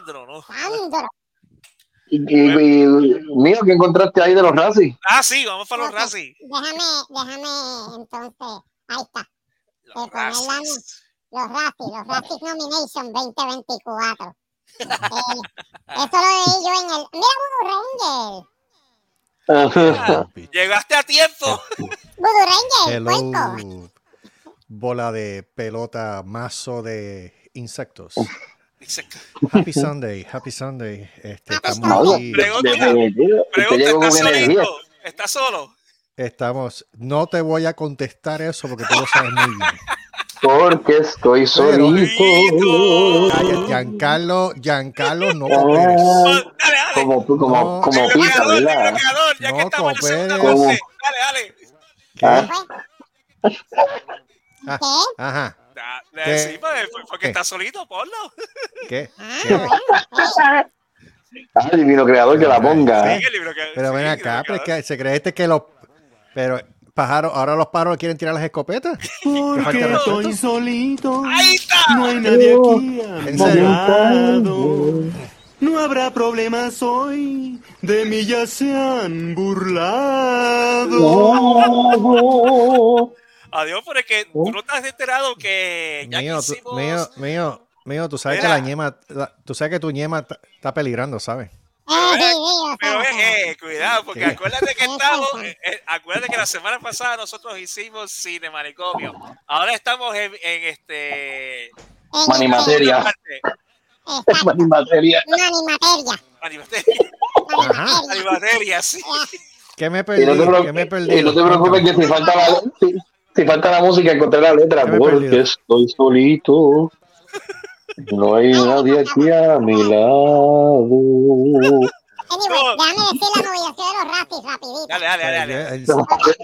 Y mío, ¿qué encontraste ahí de los Razzies? Sí, vamos para los Razzies. Déjame, entonces, ahí está. Los Razzies Nomination 2024. Eso lo leí yo en el... ¡Mira, Voodoo Ranger! ¡Llegaste a tiempo! ¡Voodoo Ranger, puerco! Bola de pelota, mazo de insectos. Happy Sunday. Estamos aquí. Pregunta, ¿estás solo? Estamos. No te voy a contestar eso porque tú lo sabes muy bien. Porque estoy solito. Giancarlo, no cooperes. Como pizza, ¿verdad? No cooperes. Dale. Ajá. Sí, porque está solito, ponlo. ¿Qué? Divino creador que la ponga. Sí, pero ven acá, pero es que se cree que los... Pero ahora los pájaros quieren tirar las escopetas. Porque estoy solito. Ahí está. No hay nadie aquí a ¿En mi serio? lado. No habrá problemas hoy. De mí ya se han burlado. Adiós, pero es que tú no te has enterado que ya Mío, tú sabes que tú sabes que tu ñema está peligrando, ¿sabes? Pero cuidado, porque acuérdate que la semana pasada nosotros hicimos Cine Manicomio. Ahora estamos en Manimateria. Manimateria, sí. ¿Qué me perdí? Y no te preocupes que si falta la música, encontré la letra. Porque estoy solito. No hay nadie aquí a mi lado. Anyway, déjame decir la nominación de los Razzies rapidito. Dale. Los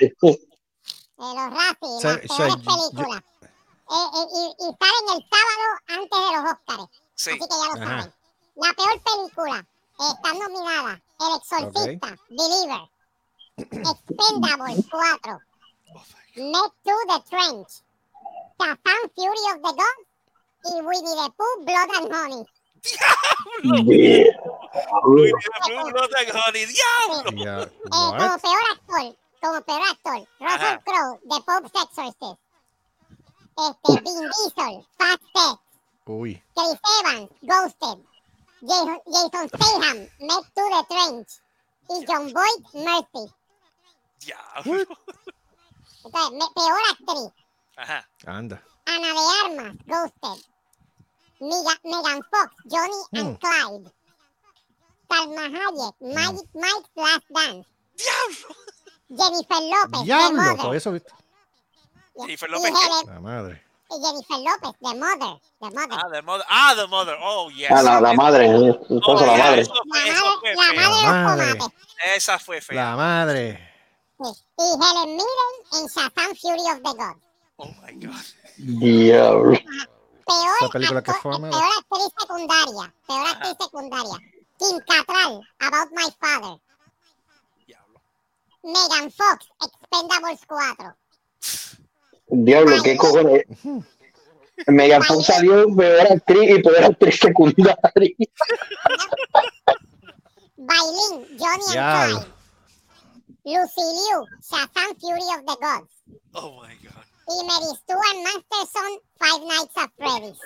Razzies, las peores películas. Y salen el sábado antes de los Oscars. Sí. Así que ya lo saben. La peor película está nominada El Exorcista, Believer, Expendables 4, Met to the Trench, Shazam Fury of the Gods y Winnie the Pooh, Blood and Honey. Winnie the Pooh, Blood and Honey, diablo. Como peor actor, Russell Crowe, The Pope's Exorcist. Vin Diesel, Fast Sex. Uy. Chris Evans, Ghosted. Jason Statham, Met to the Trench. Y John Boyd, Mercy. Diablo. Entonces, peor actriz. Anda. Ana de Armas, Ghosted. Megan Fox, Johnny and Clyde. Salma Hayek, Mike's Last Dance. ¡Diablo! Jennifer Lopez, ¡Diablo! The Mother. Eso... Jennifer Lopez, la madre. Jennifer Lopez, The Mother. The Mother. Oh, yes. La madre. La madre. Esa fue fea. La madre. Sí. Y Helen Mirren en Shazam Fury of the Gods. Oh, my God. Diablo. Peor actriz secundaria. Kim Cattrall, About My Father. Diablo. Megan Fox, Expendables 4. Diablo, ¿qué cojones? Megan Fox salió peor actriz y peor actriz secundaria. Bailin, Johnny and Clyde. Lucy Liu, Shazam Fury of the Gods. Oh my God. Y Mary Stuart Masterson, Five Nights at Freddy's.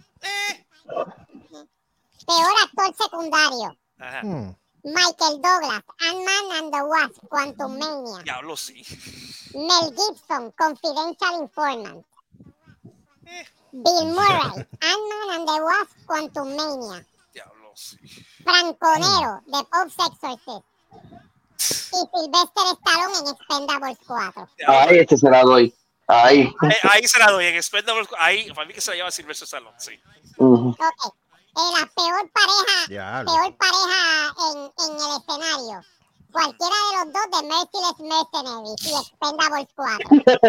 Peor actor secundario. Michael Douglas, Ant-Man and the Wasp, Quantumania. Diablo, sí. Mel Gibson, Confidential Informant. Bill Murray, Ant-Man and the Wasp, Quantumania. Diablo, sí. Franconero, de Pope's Exorcist. Y Sylvester Stallone en Expendables 4. Ahí este se la doy. Ahí se la doy. En Expendables, ahí, para mí que se la lleva Sylvester Stallone, sí. Ok. La peor pareja en el escenario. Cualquiera de los dos de Merciless Mercenaries y Expendables 4.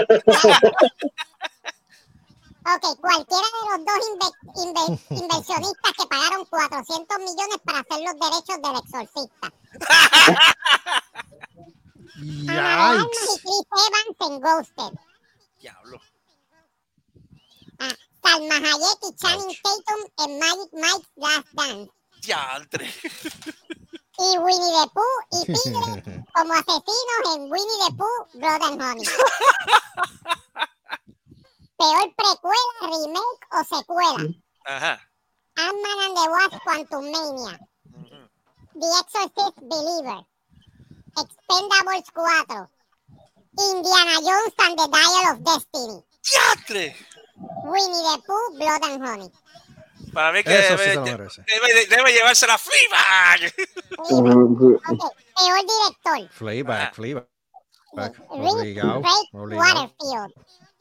Ok, cualquiera de los dos inversionistas que pagaron 400 millones para hacer los derechos del exorcista. Ana de Armas y Chris Evans en Ghosted. Diablo. Salma Hayek y Channing Tatum en Magic Mike's Last Dance. Diantre. Y Winnie the Pooh y Tigre como asesinos en Winnie the Pooh, Blood and Honey. Peor precuela, remake o secuela. Ajá. Ant-Man and the Wasp, Quantumania. The Exorcist Believer. Expendables 4. Indiana Jones and the Dial of Destiny. ¡Diantre! Winnie the Pooh, Blood and Honey. Para mí que debe llevarse la Fleabag. Peor director. Fleabag. Waterfield.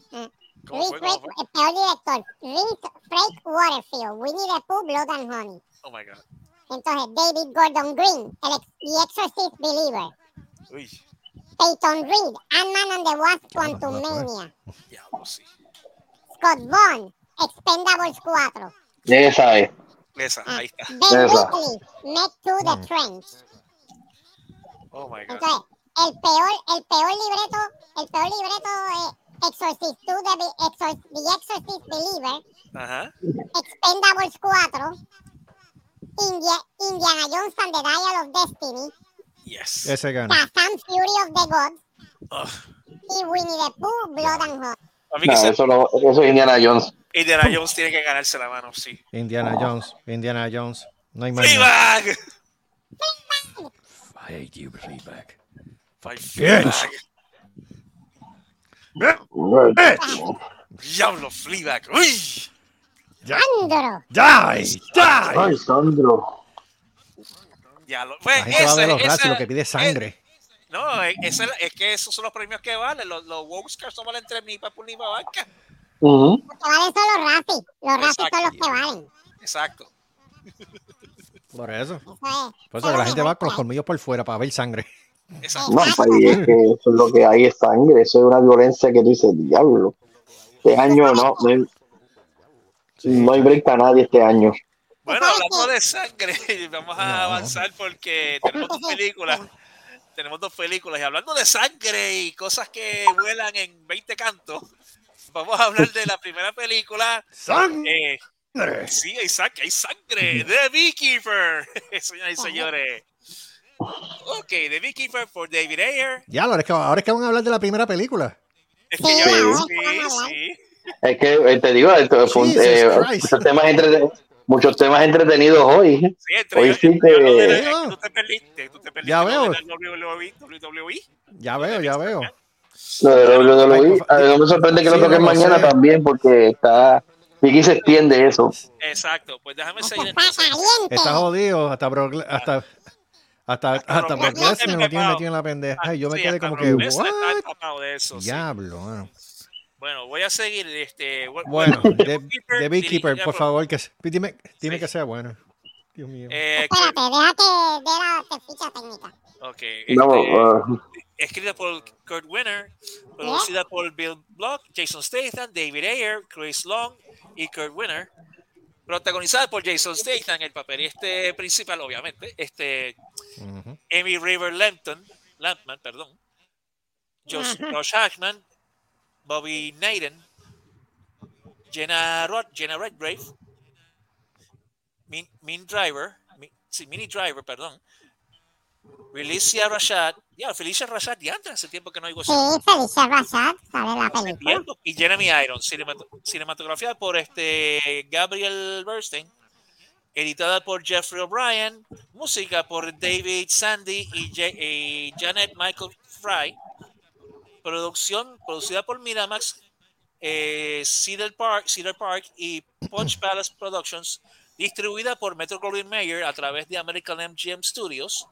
Peor director. Frank Waterfield. Winnie the Pooh, Blood and Honey. Oh my God. Entonces, David Gordon Green, The Exorcist Believer. Uy. Peyton Reed, Ant-Man and the Wasp, Quantumania. Diablo, sí. Scott Vaughn, Expendables 4. Esa es. Ahí está. Ben Whitley, Met to the Trench. Oh my God. Entonces, el peor libreto es Exorcist 2, The Exorcist Believer. Ajá. Expendables 4. Indiana Jones and the Dial of Destiny. Yes. Ese gana. Shazam Fury of the Gods. Y Winnie the Pooh, Blood and Honey. Eso es Indiana Jones. Indiana Jones tiene que ganarse la mano, sí. Indiana Jones. No hay más. Fleabag. Fight you, Fleabag. Fleabag. Diablo, Fleabag. Uy. Sandro. Ay, Sandro. Diablo. La gente va a ver los brazos y lo que pide sangre. No, es que esos son los premios que valen. Los Oscars no valen 3 ni para ni para banca. Los que valen son los Razzies. Los Razzies son los que valen. Exacto. Por eso. Por eso que la gente va con los colmillos por fuera para ver sangre. Exacto. No, pues es que eso es lo que hay, es sangre. Eso es una violencia que dice, diablo. Este año no hay break para nadie este año. Bueno, hablando de sangre, vamos a avanzar porque tenemos dos películas y hablando de sangre y cosas que vuelan en 20 cantos, vamos a hablar de la primera película. ¡Sangre! Sí, hay sangre. The Beekeeper, señoras y señores. Ok, The Beekeeper por David Ayer. Ya, ahora es que van a hablar de la primera película. Es que sí. Es que te digo, muchos temas entretenidos hoy. Sí, hoy sí que... Tú te perdiste. Ya veo. WWE. Ya veo. Lo de WWE, no me sorprende que lo toquen mañana también, porque Vicky se extiende eso. Exacto, pues déjame seguir. Está jodido, hasta Brock Lesnar lo tiene metido en la pendeja. Y yo me quedé como que, Diablo, mano. Bueno, voy a seguir. Bueno, The Beekeeper, por favor, dime que sea bueno. Dios mío. Espérate, déjate de la ficha técnica. Ok. Escrita por Kurt Winner, producida por Bill Block, Jason Statham, David Ayer, Chris Long y Kurt Winner. Protagonizada por Jason Statham, el papel principal, obviamente. Amy River Lampman, Josh Hackman, Bobby Naden, Jenna Redgrave, Minnie Driver, Felicia Rashad, hace tiempo que no oigo eso. Sí, Felicia Rashad, sale la película. Y Jeremy Irons, cinematografía por Gabriel Bernstein, editada por Jeffrey O'Brien, música por David Sandy y Janet Michael Fry, producida por Miramax, Cedar Park y Punch Palace Productions, distribuida por Metro-Goldwyn-Mayer a través de American MGM Studios.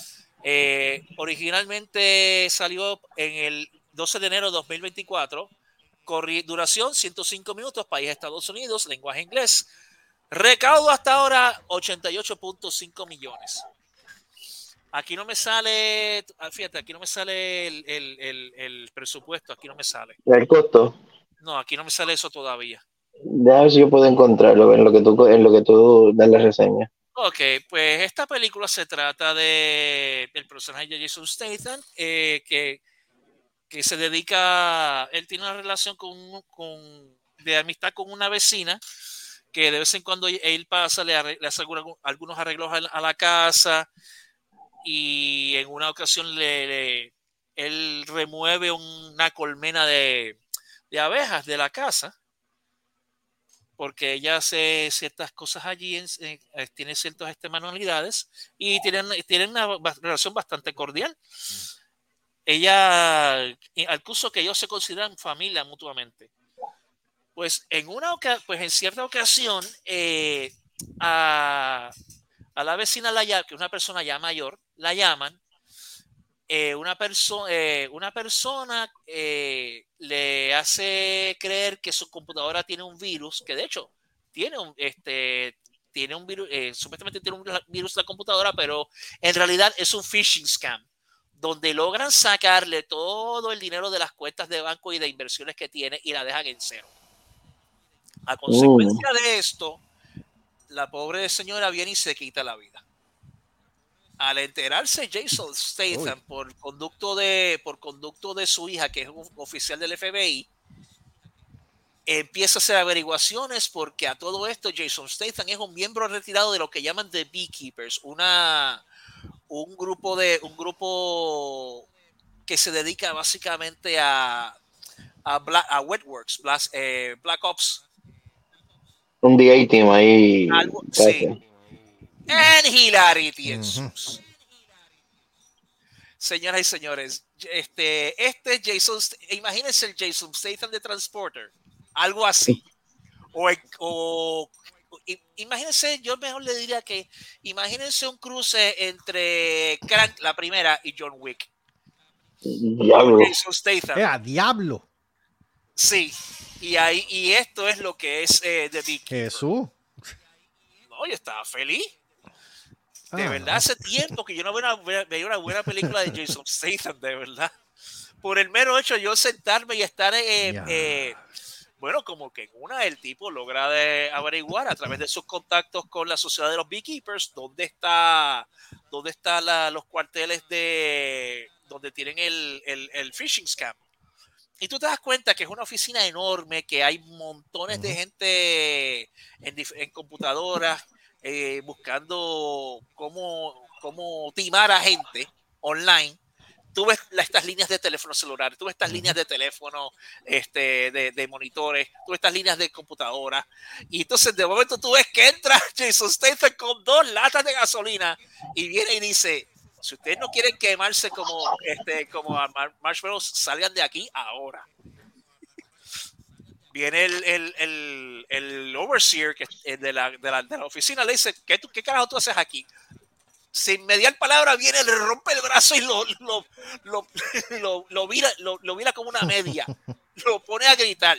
Originalmente salió en el 12 de enero de 2024. Duración 105 minutos, país Estados Unidos, lenguaje inglés. Recaudo hasta ahora 88.5 millones. Aquí no me sale, fíjate, aquí no me sale el presupuesto, aquí no me sale. ¿El costo? No, aquí no me sale eso todavía. Déjame ver si yo puedo encontrarlo en lo que tú das la reseña. Ok, pues esta película se trata del personaje de Jason Statham, que se dedica, él tiene una relación de amistad con una vecina, que de vez en cuando él pasa, le asegura algunos arreglos a la casa, y en una ocasión él remueve una colmena de abejas de la casa, porque ella hace ciertas cosas allí, tiene ciertas manualidades, y tienen una relación bastante cordial. Ella, al curso que ellos se consideran familia mutuamente. Pues en cierta ocasión, a la vecina, que es una persona ya mayor, la llaman. Una persona le hace creer que su computadora tiene un virus, que de hecho tiene un virus, supuestamente tiene un virus la computadora, pero en realidad es un phishing scam, donde logran sacarle todo el dinero de las cuentas de banco y de inversiones que tiene y la dejan en cero. A consecuencia de esto, la pobre señora viene y se quita la vida. Al enterarse Jason Statham por conducto de su hija, que es un oficial del FBI, empieza a hacer averiguaciones, porque a todo esto Jason Statham es un miembro retirado de lo que llaman The Beekeepers, un grupo que se dedica básicamente a Wetworks, Black Ops. Un DA team ahí. Sí. And hilarity ensues. Señoras y señores, imagínense el Jason Statham de Transporter, algo así. Imagínense, yo mejor le diría que imagínense un cruce entre Crank, la primera, y John Wick. Diablo. Jason Statham. Diablo. Sí, y esto es lo que es The Beekeeper. Jesús. No, yo estaba feliz. De verdad, hace tiempo que yo no veía una buena película de Jason Statham, de verdad. Por el mero hecho de yo sentarme y estar, bueno, como que el tipo logra averiguar a través de sus contactos con la sociedad de los Beekeepers dónde están los cuarteles donde tienen el phishing scam. Y tú te das cuenta que es una oficina enorme, que hay montones de gente en computadoras, buscando cómo timar a gente online. Tú ves estas líneas de teléfono celular, tú ves estas líneas de teléfono, de monitores, tú ves estas líneas de computadora, y entonces de momento tú ves que entra Jason Statham con 2 latas de gasolina y viene y dice: si ustedes no quieren quemarse como marshmallows, salgan de aquí ahora. Viene el overseer de la oficina, le dice: ¿Qué carajo tú haces aquí? Sin mediar palabra viene, le rompe el brazo y lo vira como una media. Lo pone a gritar.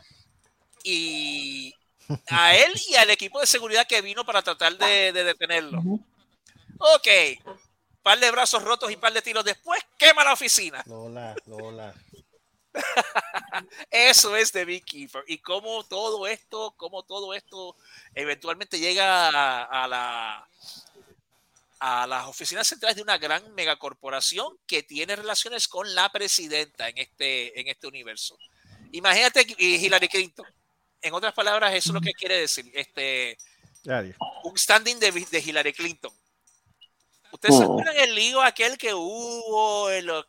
Y a él y al equipo de seguridad que vino para tratar de detenerlo. Ok. Par de brazos rotos y par de tiros después, quema la oficina. Lola. Eso es The Beekeeper. Y cómo todo esto eventualmente llega a las oficinas centrales de una gran megacorporación que tiene relaciones con la presidenta en este universo. Imagínate Hillary Clinton. En otras palabras, eso es lo que quiere decir. Un standing de Hillary Clinton. ¿Ustedes se acuerdan el lío aquel que hubo los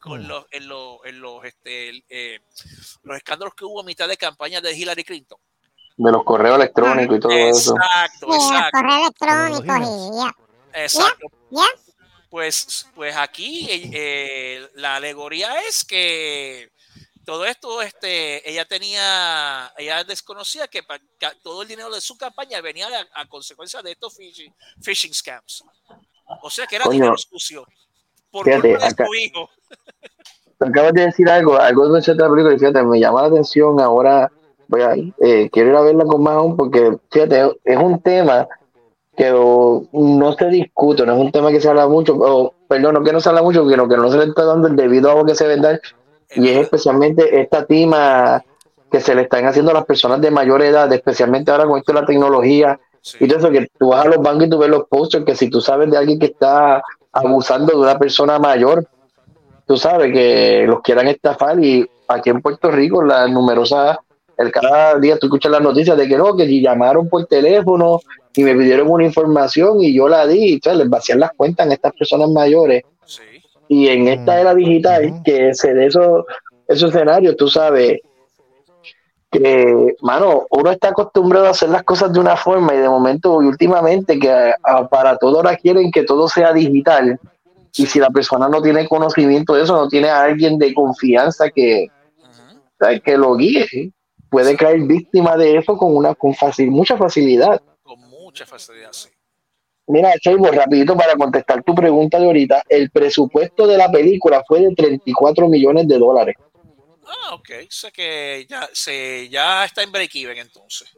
escándalos que hubo a mitad de campaña de Hillary Clinton? De los correos electrónicos y todo eso. Exacto. Los correos electrónicos Exacto. Pues aquí la alegoría es que todo esto, ella desconocía que todo el dinero de su campaña venía a consecuencia de estos phishing scams. O sea que era dinero sucio por culpa de su hijo. Acabas de decir algo de esta película y fíjate, me llama la atención ahora, quiero ir a verla con más aún porque fíjate, es un tema que no se discute, no es un tema que se habla mucho, no que no se habla mucho, sino que no se le está dando el debido a que se venda, y es especialmente esta tima que se le están haciendo a las personas de mayor edad, especialmente ahora con esto de la tecnología, y todo eso, que tú vas a los bancos y tú ves los posters, que si tú sabes de alguien que está abusando de una persona mayor, tú sabes que los quieran estafar, y aquí en Puerto Rico las numerosas, cada día tú escuchas las noticias de que no, que llamaron por teléfono y me pidieron una información y yo la di, y les vacían las cuentas a estas personas mayores. Sí. Y en esta era digital, que se de esos escenarios, tú sabes que, mano, uno está acostumbrado a hacer las cosas de una forma y de momento y últimamente que para todo ahora quieren que todo sea digital. Y si la persona no tiene conocimiento de eso, no tiene a alguien de confianza que lo guíe, puede caer víctima de eso con mucha facilidad. Con mucha facilidad, sí. Mira, Chaybo, rapidito para contestar tu pregunta de ahorita, el presupuesto de la película fue de $34 millones. Ah, ok. O sea que ya está en break-even entonces.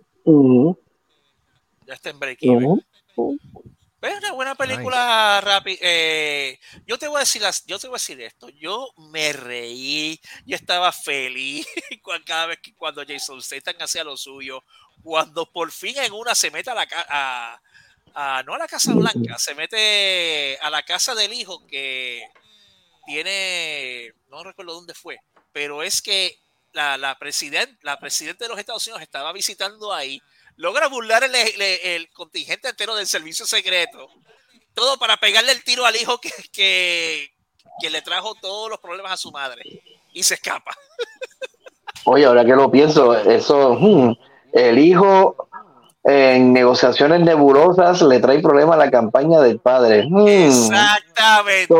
Ya está en break-even. Es una buena película rápida. Yo te voy a decir esto. Yo me reí, yo estaba feliz cada vez cuando Jason Statham hacía lo suyo. Cuando por fin en una se mete no a la Casa Blanca, se mete a la casa del hijo que tiene, no recuerdo dónde fue, pero es que la presidenta de los Estados Unidos estaba visitando ahí. Logra burlar el contingente entero del servicio secreto. Todo para pegarle el tiro al hijo que le trajo todos los problemas a su madre. Y se escapa. Oye, ahora que lo pienso, eso, el hijo en negociaciones nebulosas le trae problema a la campaña del padre. Exactamente.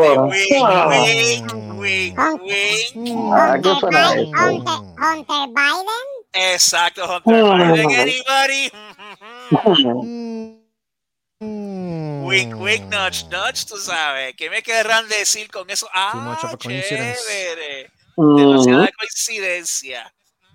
¿Qué suena eso? Hunter Biden. Exacto, Hunter Biden. Anybody? Wink, wink, nudge, nudge, tú sabes. ¿Qué me querrán decir con eso? Chévere. Demasiada coincidencia.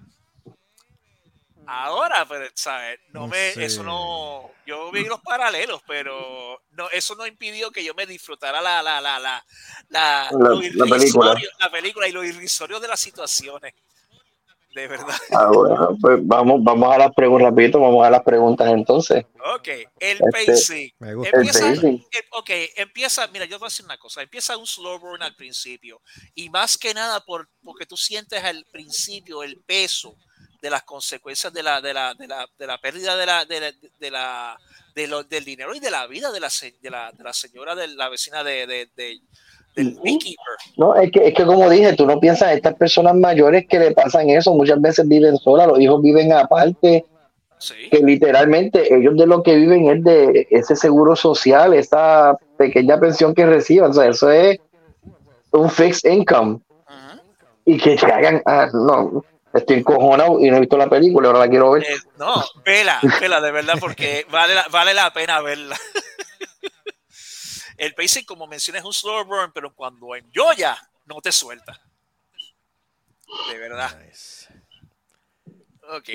Ahora, pues, ¿sabes? Eso no. Yo vi los paralelos, pero no, eso no impidió que yo me disfrutara la película y lo irrisorio de las situaciones. De verdad. Bueno, pues vamos a las preguntas rapidito, vamos a las preguntas entonces. Ok, el pacing. Empieza, mira, yo voy a decir una cosa, empieza un slow burn al principio y más que nada porque tú sientes al principio el peso de las consecuencias de la pérdida del dinero y de la vida de la señora, de la vecina del beekeeper. No, es que como dije, tú no piensas en estas personas mayores que le pasan eso, muchas veces viven solas, los hijos viven aparte, que literalmente ellos de lo que viven es de ese seguro social, esa pequeña pensión que reciban, o sea, eso es un fixed income. Y que te hagan, no, estoy encojonado y no he visto la película, ahora la quiero ver. No, vela de verdad, porque vale la pena verla. El pacing, como mencioné, es un slow burn, pero cuando enjoya, no te suelta. De verdad. Nice. Ok.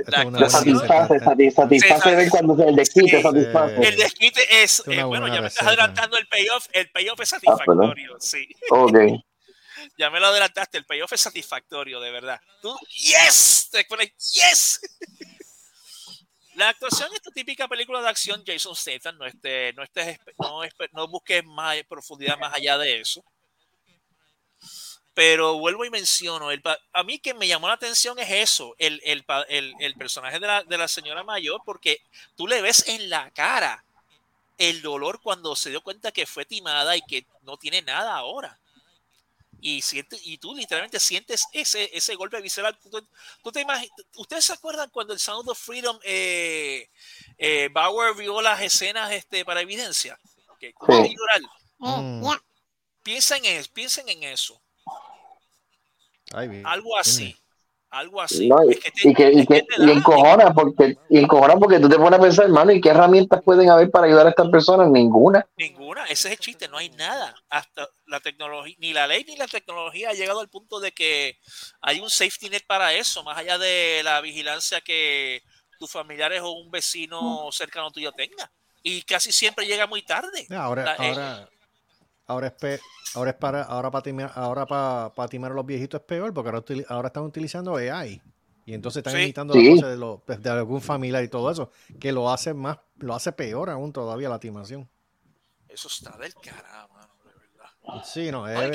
Satisface ver cuando el desquite satisface. El desquite es, bueno, ya me estás adelantando el payoff es satisfactorio, sí. Ok. Ya me lo adelantaste, el payoff es satisfactorio, de verdad. Tú, yes, te pones, yes. La actuación es tu típica película de acción, Jason Statham, no busques más profundidad más allá de eso. Pero vuelvo y menciono, a mí que me llamó la atención es eso, el personaje de la señora mayor, porque tú le ves en la cara el dolor cuando se dio cuenta que fue timada y que no tiene nada ahora. Y tú literalmente sientes ese golpe visceral. ¿Tú te imaginas? ¿Ustedes se acuerdan cuando el Sound of Freedom Bauer vio las escenas para evidencia? Okay. Piensen en eso. Algo así. Algo así. No, y encojona porque tú te pones a pensar, hermano, ¿y qué herramientas pueden haber para ayudar a estas personas? Ninguna. Ese es el chiste, no hay nada. Hasta la tecnología, ni la ley ni la tecnología ha llegado al punto de que hay un safety net para eso, más allá de la vigilancia que tus familiares o un vecino cercano tuyo tenga. Y casi siempre llega muy tarde. Para timar a los viejitos es peor, porque ahora están utilizando AI. Y entonces están imitando las voces de algún familiar y todo eso, que lo hace peor aún todavía la timación. Eso está del carajo, mano, de verdad. Sí, no, y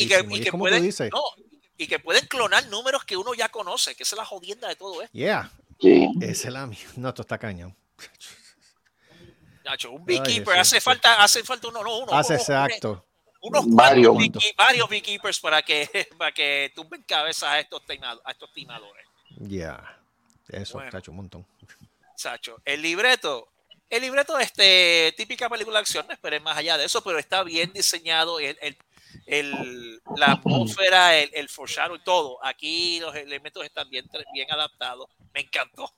que pueden clonar números que uno ya conoce, que esa es la jodienda de todo esto. Sí. Esa es la mía. No, esto está cañón. Nacho, un beekeeper, hace falta exacto. Unos varios beekeepers para que tumben cabezas a estos timadores. Eso, bueno, Tacho, un montón. Sacho, el libreto, típica película de acción, no esperes más allá de eso, pero está bien diseñado, la atmósfera, el foreshadow y todo. Aquí los elementos están bien adaptados. Me encantó.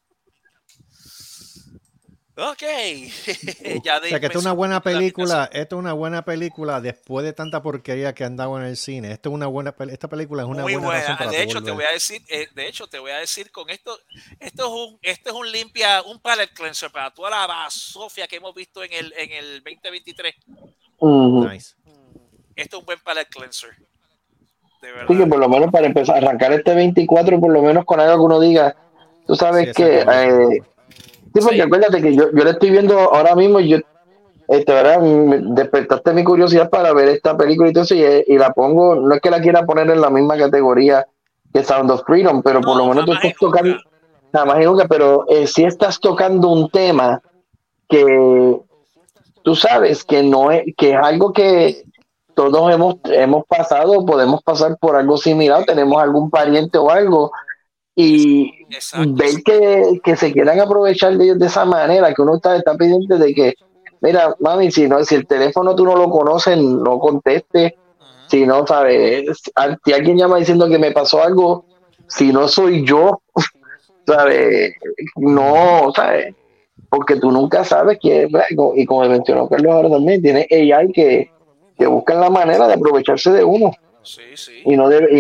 Ok. Ya o sea que esta es una buena película después de tanta porquería que han dado en el cine. Esta película es una buena razón para de hecho te voy a decir con esto es un palette cleanser para toda la basofia que hemos visto en el 2023. Nice. Esto es un buen palette cleanser. De verdad. Sí, que por lo menos para empezar a arrancar este 24, por lo menos con algo que uno diga, tú sabes que sí, porque acuérdate que yo le estoy viendo ahora mismo y ahora despertaste mi curiosidad para ver esta película y todo eso, y la pongo, no es que la quiera poner en la misma categoría que Sound of Freedom, pero por lo menos tú estás tocando, nada más y nunca, pero sí estás tocando un tema que tú sabes que que es algo que todos hemos pasado, podemos pasar por algo similar, tenemos algún pariente o algo. Y ver que se quieran aprovechar de ellos de esa manera, que uno está pendiente de que, mira, mami, si el teléfono tú no lo conoces, no conteste. Si no, ¿sabes? Si alguien llama diciendo que me pasó algo, si no soy yo, ¿sabes? No, ¿sabes? Porque tú nunca sabes que, y como mencionó Carlos ahora también, tiene AI que buscan la manera de aprovecharse de uno. Sí. Y no debe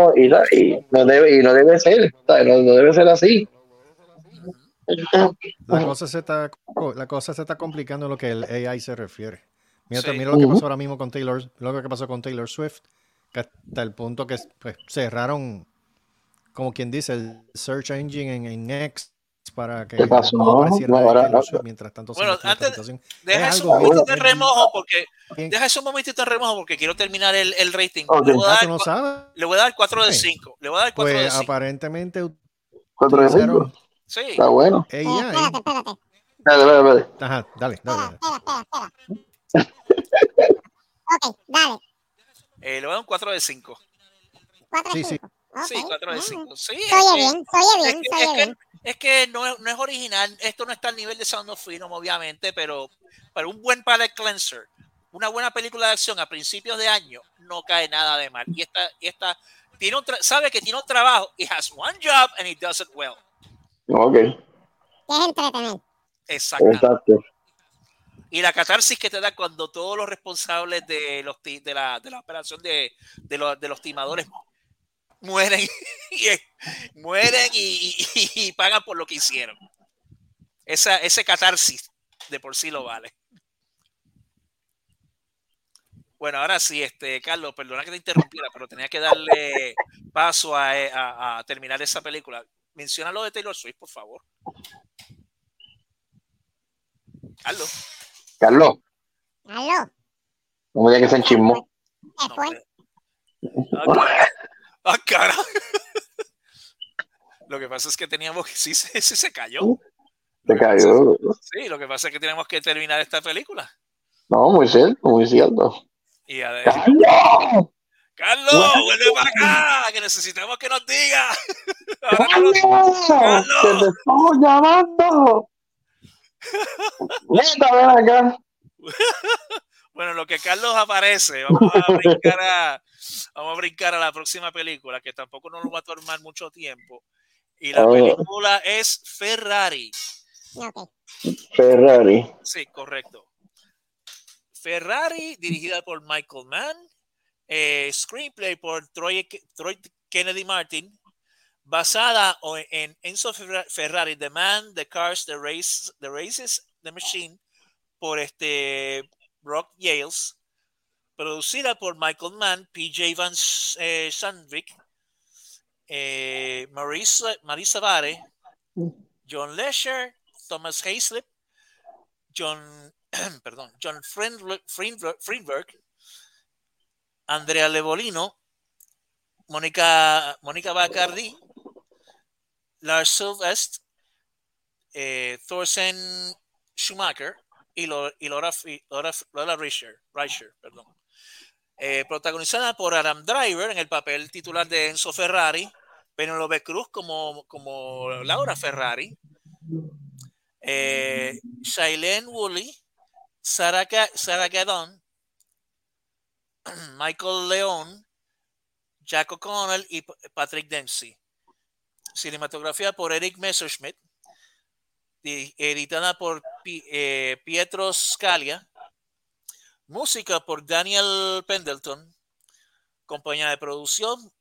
ser, ¿sabes? No debe ser así. La cosa se está complicando en lo que el AI se refiere. Mira lo que pasó ahora mismo con Taylor Swift, que hasta el punto que pues, cerraron, como quien dice, el search engine en X para que no apareciera Taylor Swift mientras tanto. Bueno, antes deja eso un momentito de remojo porque quiero terminar el rating. Okay. Le voy a dar 4 de 5. Le voy a dar 4 de 5. Aparentemente 4 de 5. Sí. Está bueno. Espérate. Dale. Ajá, dale. Espera. Ok, dale. Le voy a dar un 4 de 5. 4 de 5. Sí, 4 de 5. Sí, Oye bien. Es que no es original. Esto no está al nivel de Sound of Freedom, obviamente, pero para un buen palette cleanser, una buena película de acción a principios de año, no cae nada de mal. Y esta sabe que tiene un trabajo. He has one job and he does it well. Ok. Que es entretener. Exacto. Y la catarsis que te da cuando todos los responsables de la operación de los timadores mueren y pagan por lo que hicieron. Ese catarsis de por sí lo vale. Bueno, ahora sí, Carlos, perdona que te interrumpiera, pero tenía que darle paso a terminar esa película. Menciona lo de Taylor Swift, por favor. Carlos. No me digas que se enchismó. Cara. Lo que pasa es que teníamos que sí se cayó. Se cayó. Sí, lo que pasa es que tenemos que terminar esta película. No, muy cierto. Y ¡Carlos! ¡Vuelve para acá! Que necesitamos que nos diga. ¡Carlos! ¡Que te estamos llamando! ¡Ven acá! Bueno, lo que Carlos aparece, vamos a brincar Vamos a brincar a la próxima película, que tampoco nos va a tomar mucho tiempo. Y la película es Ferrari. Ferrari. Sí, correcto. Ferrari, dirigida por Michael Mann. Screenplay por Troy Kennedy Martin. Basada en Enzo Ferrari, The Man, The Cars, The Races, The Machine, por Brock Yales. Producida por Michael Mann, P.J. Van Sandvik, Marisa Vare, John Lesher, Thomas Hayslip, John Friedberg, Andrea Levolino, Mónica Bacardi, Lars Sylvest, Thorsten Schumacher y Laura Reicher, perdón. Protagonizada por Adam Driver en el papel titular de Enzo Ferrari, Penélope Cruz como Laura Ferrari, Shailene Woodley, Sarah Gadon, Michael León, Jack O'Connell y Patrick Dempsey. Cinematografía por Eric Messerschmidt, editada por Pietro Scalia. Música por Daniel Pendleton. Compañía de producción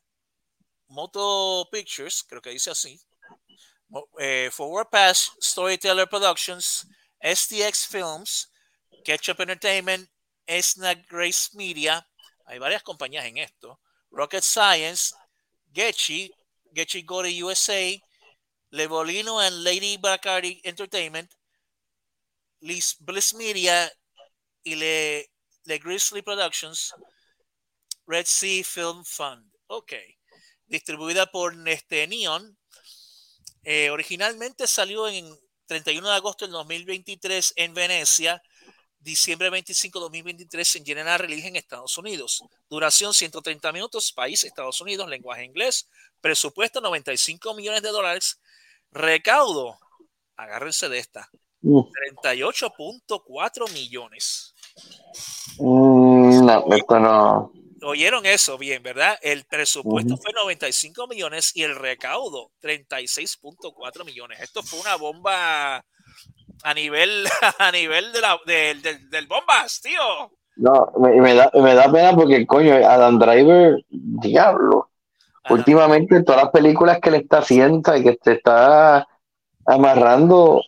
Moto Pictures, creo que dice así. Forward Pass, Storyteller Productions, STX Films, Ketchup Entertainment, Snack Grace Media. Hay varias compañías en esto. Rocket Science, Getchy Gore USA, Levolino and Lady Bacardi Entertainment, Bliss Media y Le Grizzly Productions, Red Sea Film Fund. Ok. Distribuida por Neon. Originalmente salió en 31 de agosto del 2023 en Venecia, diciembre 25 de 2023 en General Release en Estados Unidos. Duración 130 minutos, país Estados Unidos, lenguaje inglés, presupuesto $95 millones, recaudo, agárrense de esta, 38.4 millones. No, esto no. Oyeron eso bien, ¿verdad? El presupuesto fue 95 millones y el recaudo 36.4 millones. Esto fue una bomba a nivel del bombas, tío. No, me da pena porque, coño, Adam Driver, diablo. Últimamente todas las películas que le está haciendo y que te está amarrando,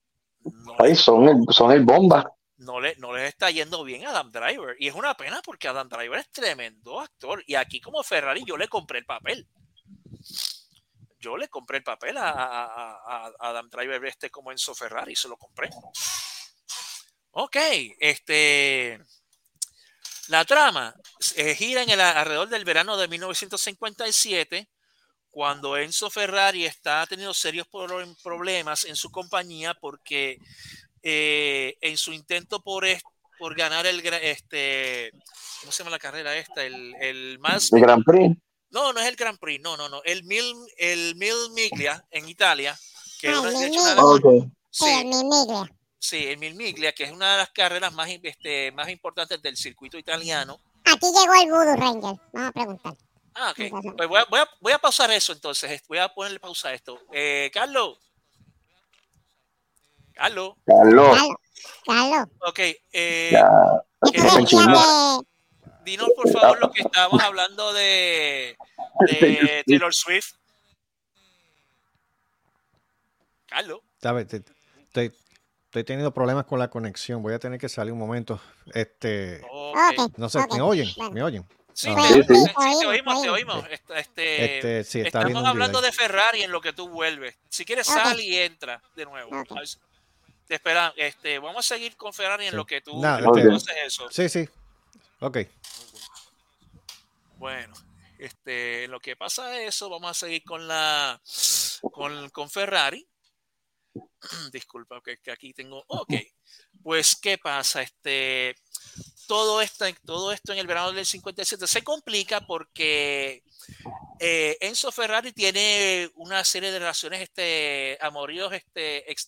son el bomba. No les está yendo bien a Adam Driver. Y es una pena porque Adam Driver es tremendo actor. Y aquí como Ferrari yo le compré el papel. Yo le compré el papel a Adam Driver como Enzo Ferrari. Se lo compré. Ok. La trama gira alrededor del verano de 1957, cuando Enzo Ferrari está teniendo serios problemas en su compañía porque en su intento por ganar ¿cómo se llama la carrera esta? El Grand Prix. No es el Grand Prix, no. El Mil Miglia en Italia, que es el Mil Miglia. Sí, el Mil Miglia, que es una de las carreras más importantes del circuito italiano. Aquí llegó el Voodoo Ranger, vamos a preguntar. Ok. Pues voy a pausar eso entonces. Voy a ponerle pausa a esto. Carlos. Ok. Dinos, por favor, lo que estábamos hablando de Taylor Swift. Carlos. Estoy teniendo problemas con la conexión. Voy a tener que salir un momento. No sé, ¿me oyen? ¿Me oyen? Sí, te oímos. Sí, estamos hablando de Ferrari en lo que tú vuelves. Si quieres, sal y entra de nuevo. Te espera. Vamos a seguir con Ferrari en lo que tú haces eso. Sí. Ok. Bueno, en lo que pasa eso, vamos a seguir con Ferrari. Disculpa, que aquí tengo. Ok. Pues, ¿qué pasa? Todo esto en el verano del 57 se complica porque Enzo Ferrari tiene una serie de relaciones amoríos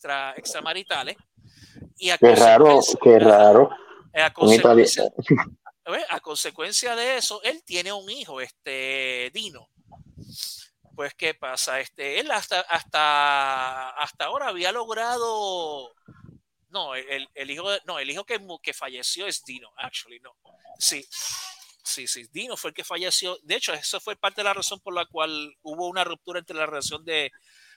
extramaritales. Y qué raro. a consecuencia de eso, él tiene un hijo, Dino. Pues, ¿qué pasa? Él hasta ahora había logrado... No, el hijo que falleció es Dino, actually, no. Sí, Dino fue el que falleció. De hecho, eso fue parte de la razón por la cual hubo una ruptura entre la relación de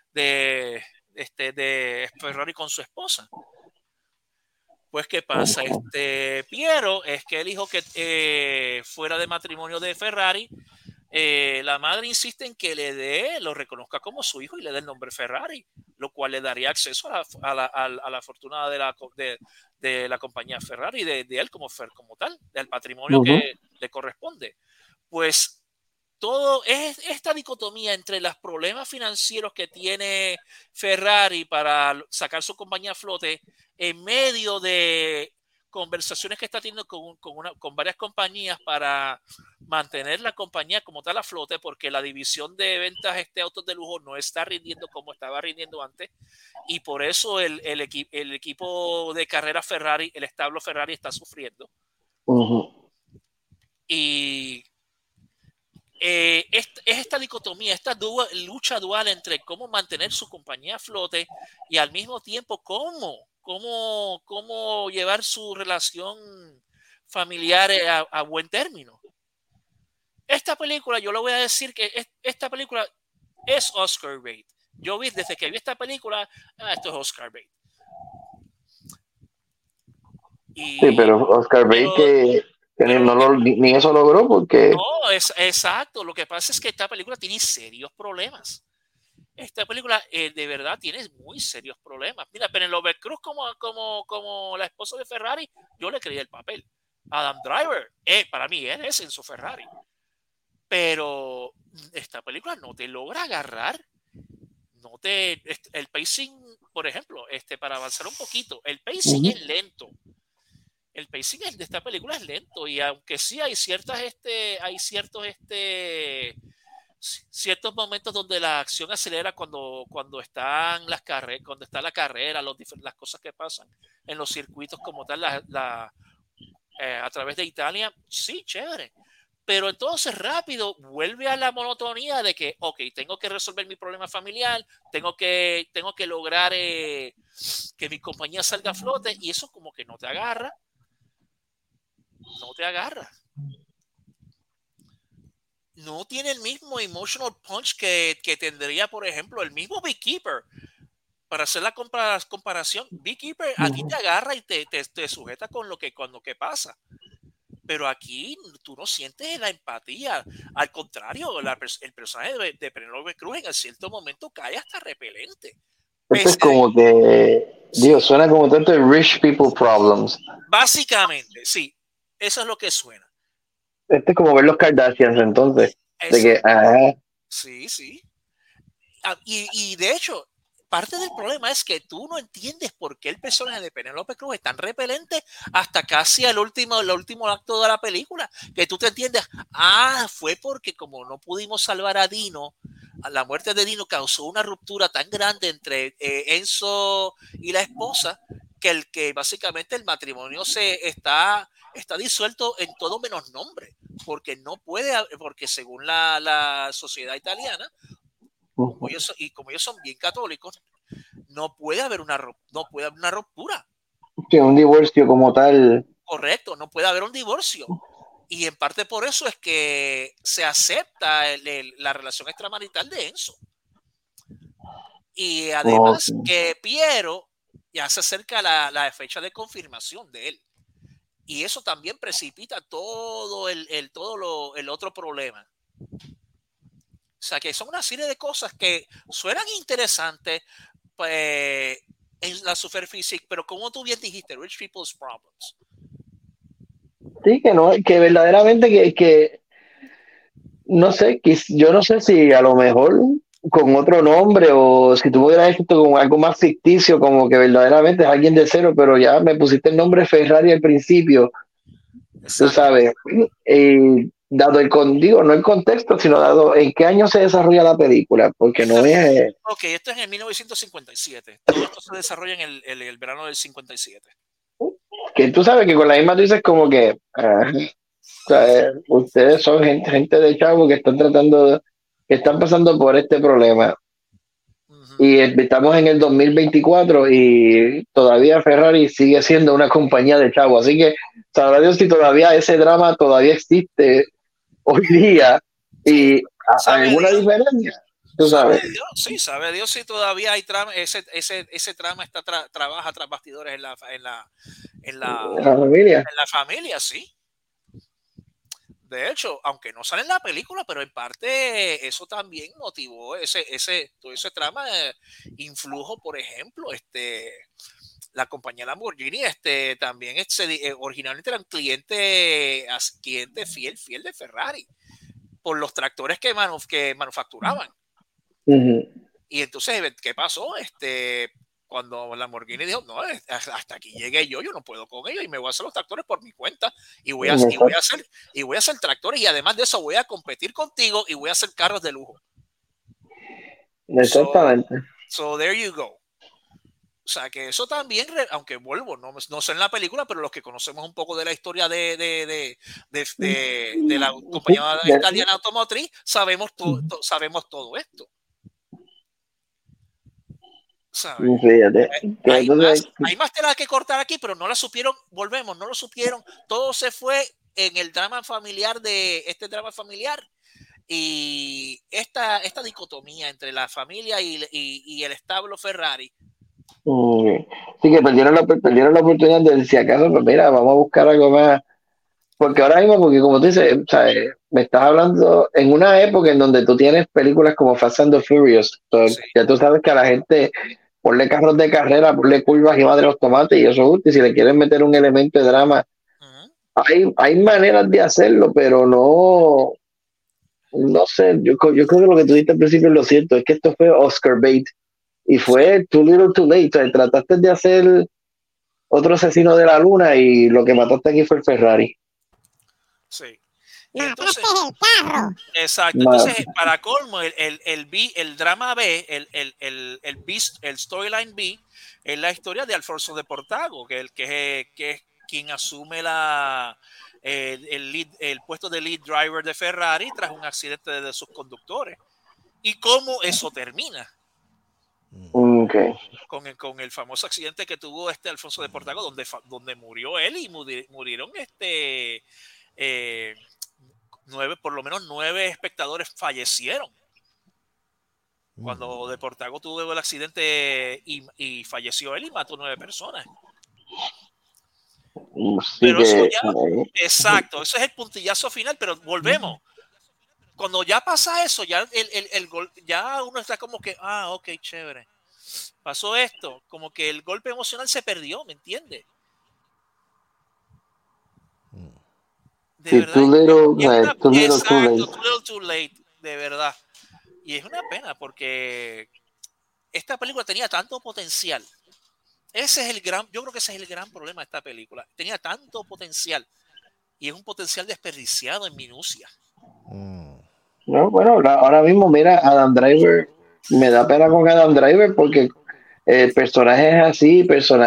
Ferrari con su esposa. Pues, ¿qué pasa? Piero es que el hijo que fuera de matrimonio de Ferrari, la madre insiste en que lo reconozca como su hijo y le dé el nombre Ferrari, lo cual le daría acceso a la fortuna de la compañía Ferrari, de él como tal, del patrimonio que le corresponde. Pues todo esta dicotomía entre los problemas financieros que tiene Ferrari para sacar su compañía a flote en medio de conversaciones que está teniendo con varias compañías para mantener la compañía como tal a flote, porque la división de ventas autos de lujo no está rindiendo como estaba rindiendo antes, y por eso el equipo de carrera Ferrari, el establo Ferrari, está sufriendo. Y es esta dicotomía, esta lucha dual entre cómo mantener su compañía a flote y al mismo tiempo cómo llevar su relación familiar a buen término. Esta película, yo le voy a decir que esta película es Oscar bait. Yo desde que vi esta película, esto es Oscar bait. Sí, pero Oscar bait que ni eso logró porque... No, exacto. Lo que pasa es que esta película tiene serios problemas. Esta película de verdad tiene muy serios problemas. Mira, Penélope Cruz como la esposa de Ferrari, yo le creí el papel. Adam Driver, para mí él es en su Ferrari. Pero esta película no te logra agarrar. El pacing, por ejemplo, para avanzar un poquito, el pacing es lento. El pacing de esta película es lento, y aunque sí hay ciertos momentos donde la acción acelera cuando están cuando está la carrera, las cosas que pasan en los circuitos como tal, a través de Italia, sí, chévere. Pero entonces rápido vuelve a la monotonía de que, tengo que resolver mi problema familiar, tengo que lograr que mi compañía salga a flote, y eso como que no te agarra. No tiene el mismo emotional punch que tendría, por ejemplo, el mismo Beekeeper. Para hacer la comparación, Beekeeper a ti te agarra y te sujeta con lo que pasa. Pero aquí tú no sientes la empatía. Al contrario, el personaje de Penélope Cruz en cierto momento cae hasta repelente. Esto es como que, suena como tanto de rich people problems. Básicamente, sí. Eso es lo que suena. Este es como ver los Kardashians, entonces. Sí. Y de hecho, parte del problema es que tú no entiendes por qué el personaje de Penélope Cruz es tan repelente hasta casi el último acto de la película. Que tú te entiendes, fue porque como no pudimos salvar a Dino, la muerte de Dino causó una ruptura tan grande entre Enzo y la esposa, que básicamente el matrimonio está disuelto en todo menos nombre, porque según la sociedad italiana, como ellos son bien católicos, no puede haber una ruptura. Sí, un divorcio como tal. Correcto, no puede haber un divorcio. Y en parte por eso es que se acepta la relación extramarital de Enzo. Y además que Piero ya se acerca la fecha de confirmación de él. Y eso también precipita todo el otro problema. O sea, que son una serie de cosas que suenan interesantes en la superficie, pero como tú bien dijiste, rich people's problems. Sí, que verdaderamente que no sé, yo no sé si a lo mejor con otro nombre o si tú me hubieras hecho con algo más ficticio, como que verdaderamente es alguien de cero, pero ya me pusiste el nombre Ferrari al principio. Exacto. Tú sabes, dado no el contexto, sino dado en qué año se desarrolla la película, porque no es... esto es en 1957. Todo esto se desarrolla en el verano del 57. Que tú sabes que con la misma tú dices como que... O sea, ustedes son gente de chavo que que están pasando por este problema. Y estamos en el 2024 y todavía Ferrari sigue siendo una compañía de chavo. Así que sabrá Dios si todavía ese drama todavía existe hoy día y alguna diferencia. ¿Tú sabes? Sabe Dios si todavía hay trama, ese trama trabaja tras bastidores en la familia, sí. De hecho, aunque no sale en la película, pero en parte eso también motivó todo ese trama influjo, por ejemplo, la compañía Lamborghini, también originalmente era un cliente fiel de Ferrari por los tractores que manufacturaban. Y entonces, ¿qué pasó? Cuando Lamborghini dijo, no, hasta aquí llegué yo no puedo con ellos y me voy a hacer los tractores por mi cuenta y voy a hacer tractores y además de eso voy a competir contigo y voy a hacer carros de lujo. Exactamente. So there you go. O sea, que eso también, aunque vuelvo, no sé en la película, pero los que conocemos un poco de la historia de la compañía italiana automotriz, sabemos todo esto. Fíjate. Hay más tela que cortar aquí, pero no lo supieron. Todo se fue en el drama familiar y esta dicotomía entre la familia y el establo Ferrari. Sí, que perdieron la oportunidad de, si acaso, pues mira, vamos a buscar algo más. Porque ahora mismo, porque como tú dices, me estás hablando en una época en donde tú tienes películas como Fast and the Furious. Entonces, ya tú sabes que a la gente ponle carros de carrera, ponle curvas y madre los tomates y eso gusta. Y si le quieren meter un elemento de drama, hay maneras de hacerlo, pero no sé. Yo creo que lo que tú dijiste al principio es lo cierto, es que esto fue Oscar bait y fue too little too late. O sea, trataste de hacer otro asesino de la luna y lo que mataste aquí fue el Ferrari. Sí. Entonces, el carro. Exacto. Entonces, para colmo, el drama B, el storyline B, es la historia de Alfonso de Portago, que es quien asume el puesto de lead driver de Ferrari tras un accidente de sus conductores. Y cómo eso termina. Okay. Con el famoso accidente que tuvo Alfonso de Portago, donde murió él y murieron por lo menos 9 espectadores fallecieron cuando de Portago tuvo el accidente y falleció él y mató 9 personas. Sí, pero eso exacto, ese es el puntillazo final, pero volvemos. Cuando ya pasa eso, ya el gol, ya uno está como que, ok, chévere. Pasó esto, como que el golpe emocional se perdió, ¿me entiendes? De verdad. Too little too late, de verdad. Y es una pena porque esta película tenía tanto potencial. Yo creo que ese es el gran problema de esta película. Tenía tanto potencial y es un potencial desperdiciado en minucia. No, bueno, ahora mismo, mira, Adam Driver, me da pena con Adam Driver porque el personaje es así,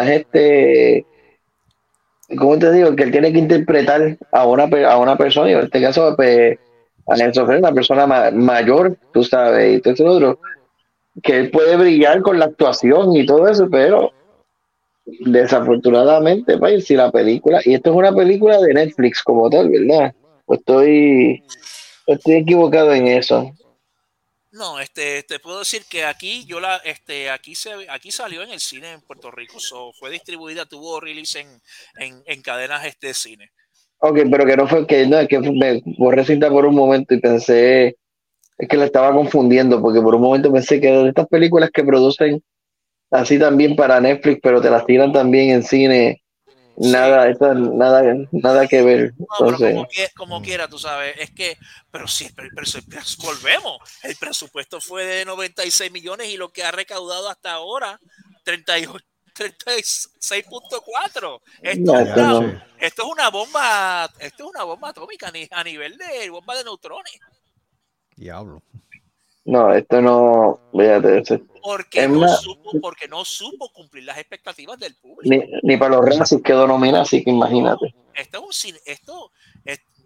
¿cómo te digo? Que él tiene que interpretar a una persona, y en este caso, pues, a Nelson Fred, una persona mayor, tú sabes, y todo eso otro, que él puede brillar con la actuación y todo eso, pero desafortunadamente, pues, si la película, y esto es una película de Netflix como tal, ¿verdad? Pues estoy equivocado en eso. No, te puedo decir que aquí aquí salió en el cine en Puerto Rico, fue distribuida, tuvo release en cadenas de cine. Ok, pero que no fue es que me borré cinta por un momento y pensé, es que la estaba confundiendo, porque por un momento pensé que de estas películas que producen así también para Netflix, pero te las tiran también en cine. Nada que ver. No, pero como quiera, tú sabes, es que, pero sí, pero volvemos. El presupuesto fue de 96 millones y lo que ha recaudado hasta ahora, 36.4. Esto es una bomba atómica a nivel de bomba de neutrones. Diablo. No, esto no, fíjate. Porque no supo cumplir las expectativas del público. Ni para los Razzies quedó nominado, así que imagínate. No, esto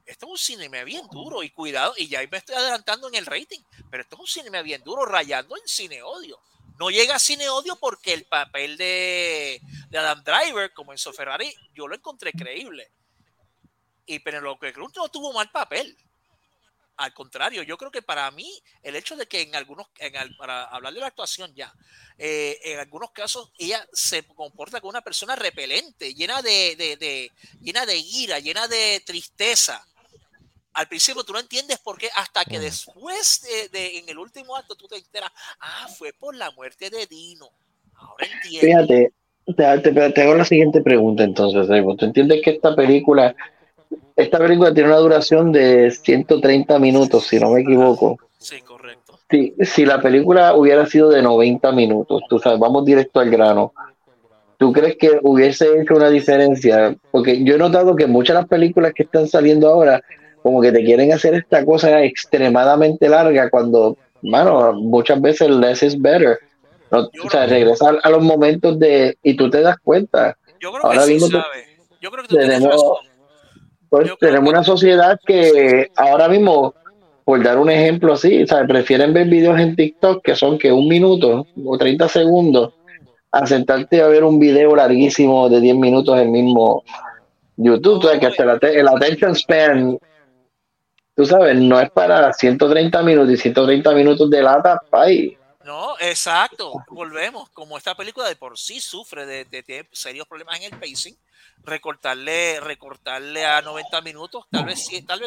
esto es un cine bien duro y cuidado, y ya me estoy adelantando en el rating, pero esto es un cine bien duro rayando en cine odio. No llega a cine odio porque el papel de Adam Driver, como Enzo Ferrari, yo lo encontré creíble. Y Penélope Cruz no tuvo mal papel. Al contrario, yo creo que para mí el hecho de que para hablar de la actuación ya, en algunos casos ella se comporta como una persona repelente, llena de ira, llena de tristeza. Al principio tú no entiendes por qué, hasta que después en el último acto tú te enteras, fue por la muerte de Dino. Ahora entiendo. Fíjate, te hago la siguiente pregunta entonces, Raymond. ¿Tú entiendes que esta película tiene una duración de 130 minutos, si no me equivoco? Sí, correcto. Si la película hubiera sido de 90 minutos, tú sabes, vamos directo al grano, ¿tú crees que hubiese hecho una diferencia? Porque yo he notado que muchas de las películas que están saliendo ahora, como que te quieren hacer esta cosa extremadamente larga, cuando, mano, muchas veces less is better. ¿No? O sea, regresar a los momentos y tú te das cuenta. Yo creo ahora que sí, ¿sabes? Yo creo que tú tienes razón. Pues tenemos una sociedad que ahora mismo, por dar un ejemplo así, ¿sabes? Prefieren ver videos en TikTok que son que 1 minuto o 30 segundos a sentarte a ver un video larguísimo de 10 minutos el mismo YouTube. Que hasta el attention span, tú sabes, no es para 130 minutos y 130 minutos de lata, ¡ay! No, exacto. Volvemos. Como esta película de por sí sufre de serios problemas en el pacing, recortarle a 90 minutos, tal vez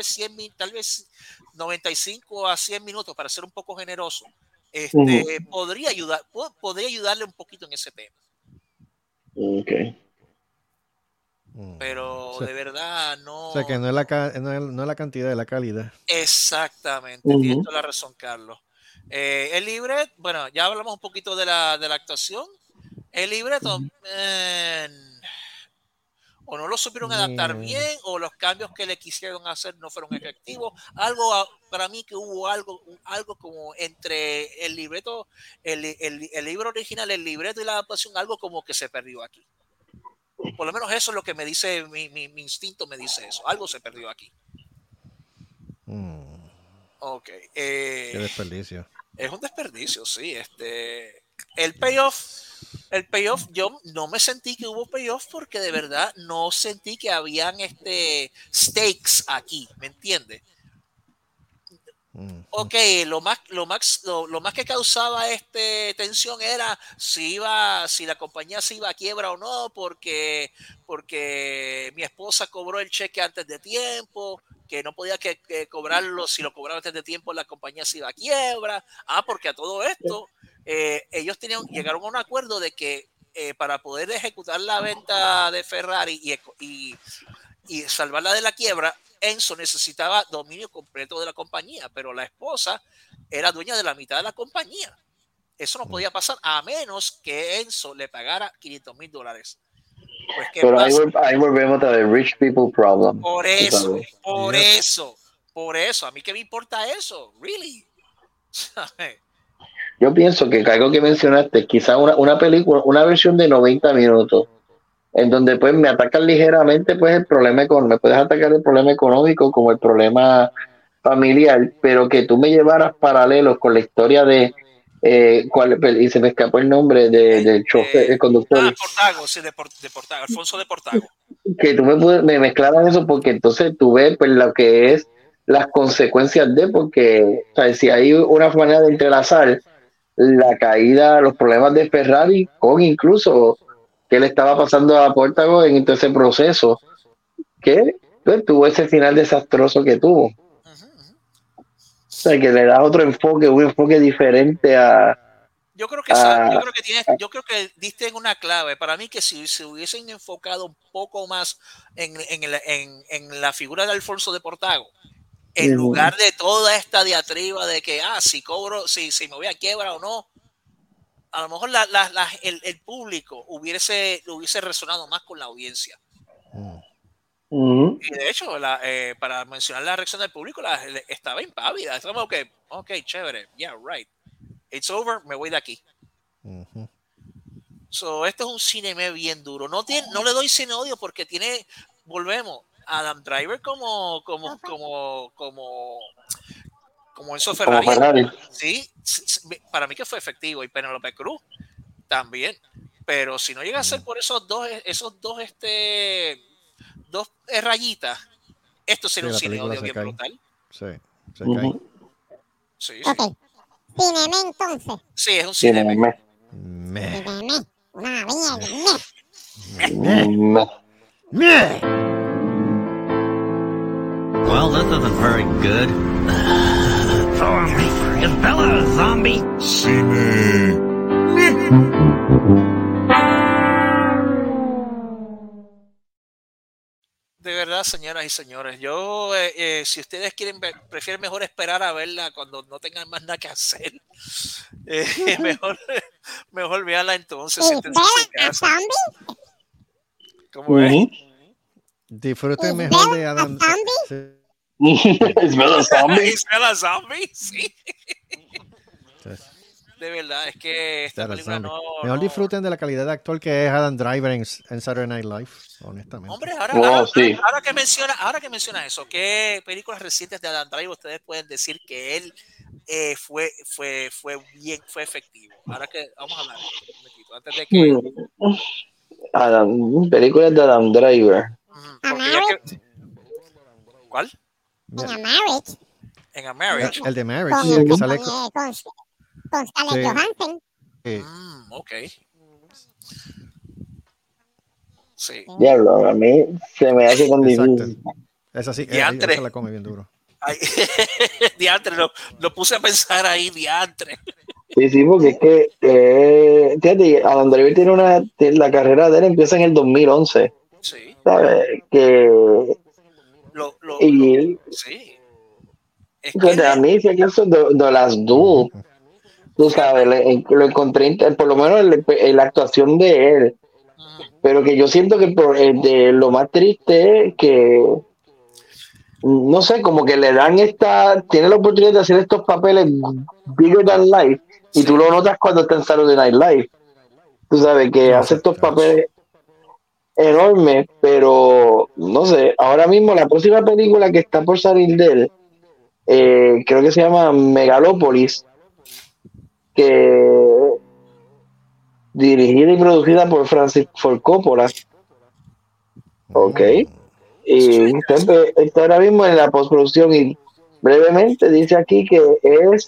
95 a 100 minutos para ser un poco generoso, podría ayudarle un poquito en ese tema. Okay. Pero de verdad no. O sea que no es la cantidad, es la calidad. Exactamente, tienes toda la razón, Carlos. El libreto, bueno, ya hablamos un poquito de la actuación. El libreto, o no lo supieron adaptar bien, o los cambios que le quisieron hacer no fueron efectivos. Para mí que hubo algo como entre el libreto, el libro original, el libreto y la adaptación, algo como que se perdió aquí. Por lo menos eso es lo que me dice, mi instinto me dice eso. Algo se perdió aquí. Ok. Qué desperdicio. Es un desperdicio, sí. El payoff, yo no me sentí que hubo payoff porque de verdad no sentí que habían stakes aquí, ¿me entiendes? Ok, lo más que causaba tensión era si la compañía se iba a quiebra o no, porque mi esposa cobró el cheque antes de tiempo, que no podía que cobrarlo, si lo cobraba antes de tiempo la compañía se iba a quiebra. Porque a todo esto ellos llegaron a un acuerdo de que para poder ejecutar la venta de Ferrari y salvarla de la quiebra, Enzo necesitaba dominio completo de la compañía, pero la esposa era dueña de la mitad de la compañía. Eso no podía pasar a menos que Enzo le pagara $500,000. Pues, pero ahí volvemos a the rich people problem. Por eso, a mí qué me importa eso, really. Yo pienso que algo que mencionaste, quizá una película, una versión de 90 minutos, en donde pues me atacan ligeramente pues el problema me puedes atacar el problema económico como el problema familiar, pero que tú me llevaras paralelos con la historia de y se me escapó el nombre del chofer, el conductor. Portago, sí, de Portago, Alfonso de Portago. Que tú me mezclaras eso, porque entonces tú ves pues lo que es las consecuencias porque o sea, si hay una manera de entrelazar la caída, los problemas de Ferrari con incluso qué le estaba pasando a Portago en todo ese proceso, que pues, tuvo ese final desastroso que tuvo. O sea, que le da otro enfoque, un enfoque diferente a... Yo creo que diste en una clave. Para mí que si se hubiesen enfocado un poco más en la figura de Alfonso de Portago, en lugar de toda esta diatriba de que, si me voy a quiebra o no, a lo mejor el público hubiese resonado más con la audiencia. Y de hecho, para mencionar la reacción del público, estaba impávida. Estaba ok, chévere, yeah, right. It's over, me voy de aquí. So, esto es un cine bien duro. No le doy cine odio porque volvemos, Adam Driver como Enzo Ferrari. Sí, para mí que fue efectivo. Y Penelope Cruz también. Pero si no llega a ser por esos dos rayitas, esto sería un cine odio bien brutal. Sí, se cae. Sí. Ok. Cineme entonces. Sí, es un cineme. Cineme. Una mierda. Well, this isn't very good. Is Bella a zombie? Cine. De verdad, señoras y señores, yo, si ustedes prefieren mejor esperar a verla cuando no tengan más nada que hacer, mejor veanla entonces. ¿Bella a zombie? ¿Cómo es? Disfruten mejor de Adam. ¿Es Bella Zombie? ¿Es Bella Zombie? Sí. De verdad, es que esta película mejor disfruten de la calidad de actor que es Adam Driver en Saturday Night Live, honestamente. Hombre, ahora que menciona eso, ¿qué películas recientes de Adam Driver ustedes pueden decir que él fue efectivo? Ahora que vamos a hablar un momentito, antes de que películas de Adam Driver. ¿Cuál? En A Marriage. El de Marriage, el que sale con Scarlett Johansson. Ok. Sí. Diablo, a mí se me hace con difícil. Esa sí, esa la come bien duro. Diantre, lo puse a pensar ahí, diantre. Sí, porque es que fíjate, Adam Driver tiene la carrera de él empieza en el 2011. Sí. ¿Sabes? Sí. Fíjate, a mí, si acaso, de las dos, tú sabes, lo encontré, por lo menos en la actuación de él. Pero que yo siento que lo más triste es que, no sé, como que le dan tiene la oportunidad de hacer estos papeles bigger than life, y tú lo notas cuando está en Saturday Night Live. Tú sabes que hace estos papeles enormes, pero no sé, ahora mismo la próxima película que está por salir de él, creo que se llama Megalopolis, que dirigida y producida por Francis Ford Coppola. Ok. Y está ahora mismo en la postproducción, y brevemente dice aquí que es,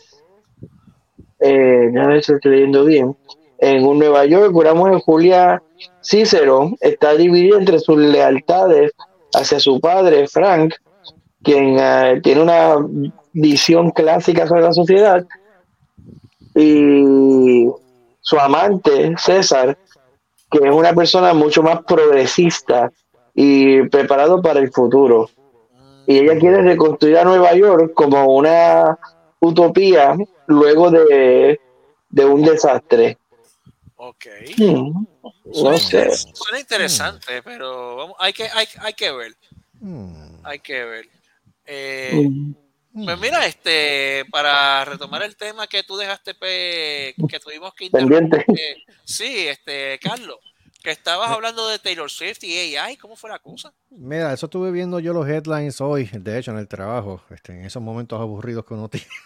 ya estoy leyendo bien, en un Nueva York, una mujer, Julia Cicero, está dividida entre sus lealtades hacia su padre, Frank, quien tiene una visión clásica sobre la sociedad, y su amante, César, que es una persona mucho más progresista y preparado para el futuro. Y ella quiere reconstruir a Nueva York como una utopía luego de un desastre. Ok. No sé. Suena interesante, pero hay que ver. Hay que ver. Pues mira, para retomar el tema que tú dejaste, que tuvimos que pendiente. Sí, Carlos, que estabas hablando de Taylor Swift y AI, ¿cómo fue la cosa? Mira, eso estuve viendo yo los headlines hoy, de hecho, en el trabajo, en esos momentos aburridos que uno tiene.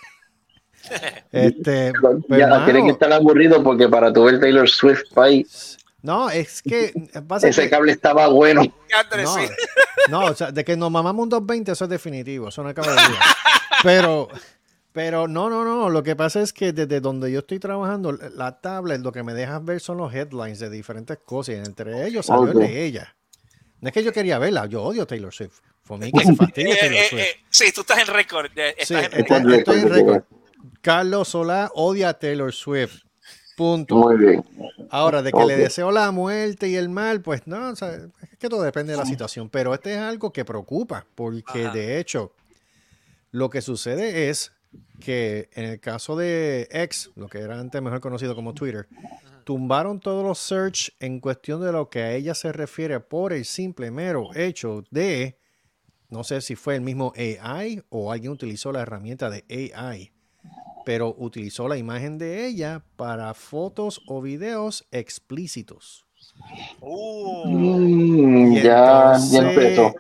Tiene que estar aburrido porque para tu ver Taylor Swift no, es que ese cable estaba bueno. No, o sea, de que nos mamamos un 220, eso es definitivo, eso no acaba de decir. Pero no, lo que pasa es que desde donde yo estoy trabajando, la tablet, lo que me deja ver son los headlines de diferentes cosas, y entre ellos salió el de ella. No es que yo quería verla, yo odio Taylor Swift. Fue a mí que se fastidia Taylor Swift. Sí, tú estás en récord. Estoy en récord. Carlos Solá odia a Taylor Swift. Punto. Muy bien. Ahora, de que le deseo la muerte y el mal, pues no, o sea, es que todo depende de la situación. Pero es algo que preocupa, porque de hecho, lo que sucede es que en el caso de X, lo que era antes mejor conocido como Twitter, tumbaron todos los search en cuestión de lo que a ella se refiere por el simple mero hecho de, no sé si fue el mismo AI o alguien utilizó la herramienta de AI, pero utilizó la imagen de ella para fotos o videos explícitos. Ya empezó.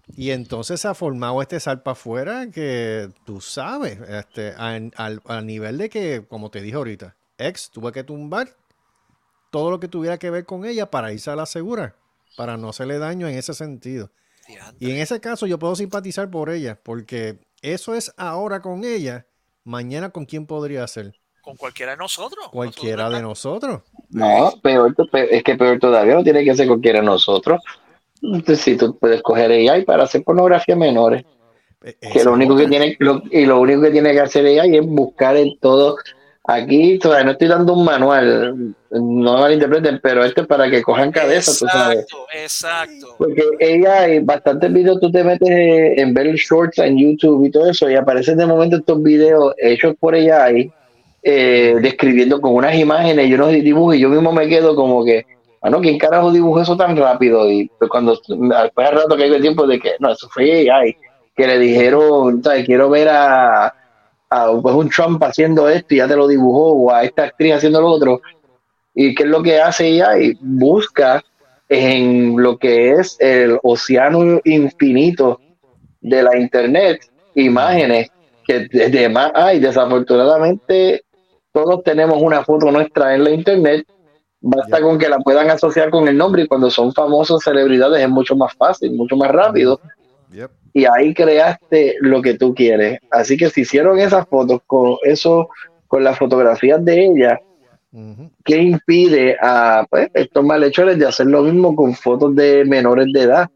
Y entonces se ha formado este salpa afuera que tú sabes, al nivel de que, como te dije ahorita, tuve que tumbar todo lo que tuviera que ver con ella para irse a la segura, para no hacerle daño en ese sentido. Y en ese caso yo puedo simpatizar por ella, porque eso es ahora con ella, mañana con quién podría ser. Con cualquiera de nosotros. Cualquiera de nosotros. No, es que peor todavía, no tiene que ser cualquiera de nosotros. Entonces, si tú puedes coger AI para hacer pornografía menores, que lo único que tiene que hacer AI es buscar en todo. Aquí todavía no estoy dando un manual, no me malinterpreten, pero esto es para que cojan cabeza, tú sabes. Exacto. Porque AI, bastantes videos tú te metes en ver shorts en YouTube y todo eso, y aparecen de momento estos videos hechos por AI, describiendo con unas imágenes y unos dibujos, y yo mismo me quedo como que, bueno, ¿quién carajo dibujó eso tan rápido? Y pues cuando después de rato que hay el tiempo de que, no, eso fue AI, que le dijeron, ¿sabes? Quiero ver a pues un Trump haciendo esto y ya te lo dibujó, o a esta actriz haciendo lo otro. ¿Y qué es lo que hace AI? Busca en lo que es el océano infinito de la internet imágenes que de más hay. Desafortunadamente todos tenemos una foto nuestra en la internet, basta con que la puedan asociar con el nombre, y cuando son famosos, celebridades, es mucho más fácil, mucho más rápido. Y ahí creaste lo que tú quieres. Así que si hicieron esas fotos con las fotografías de ella, ¿qué impide a estos malhechores de hacer lo mismo con fotos de menores de edad?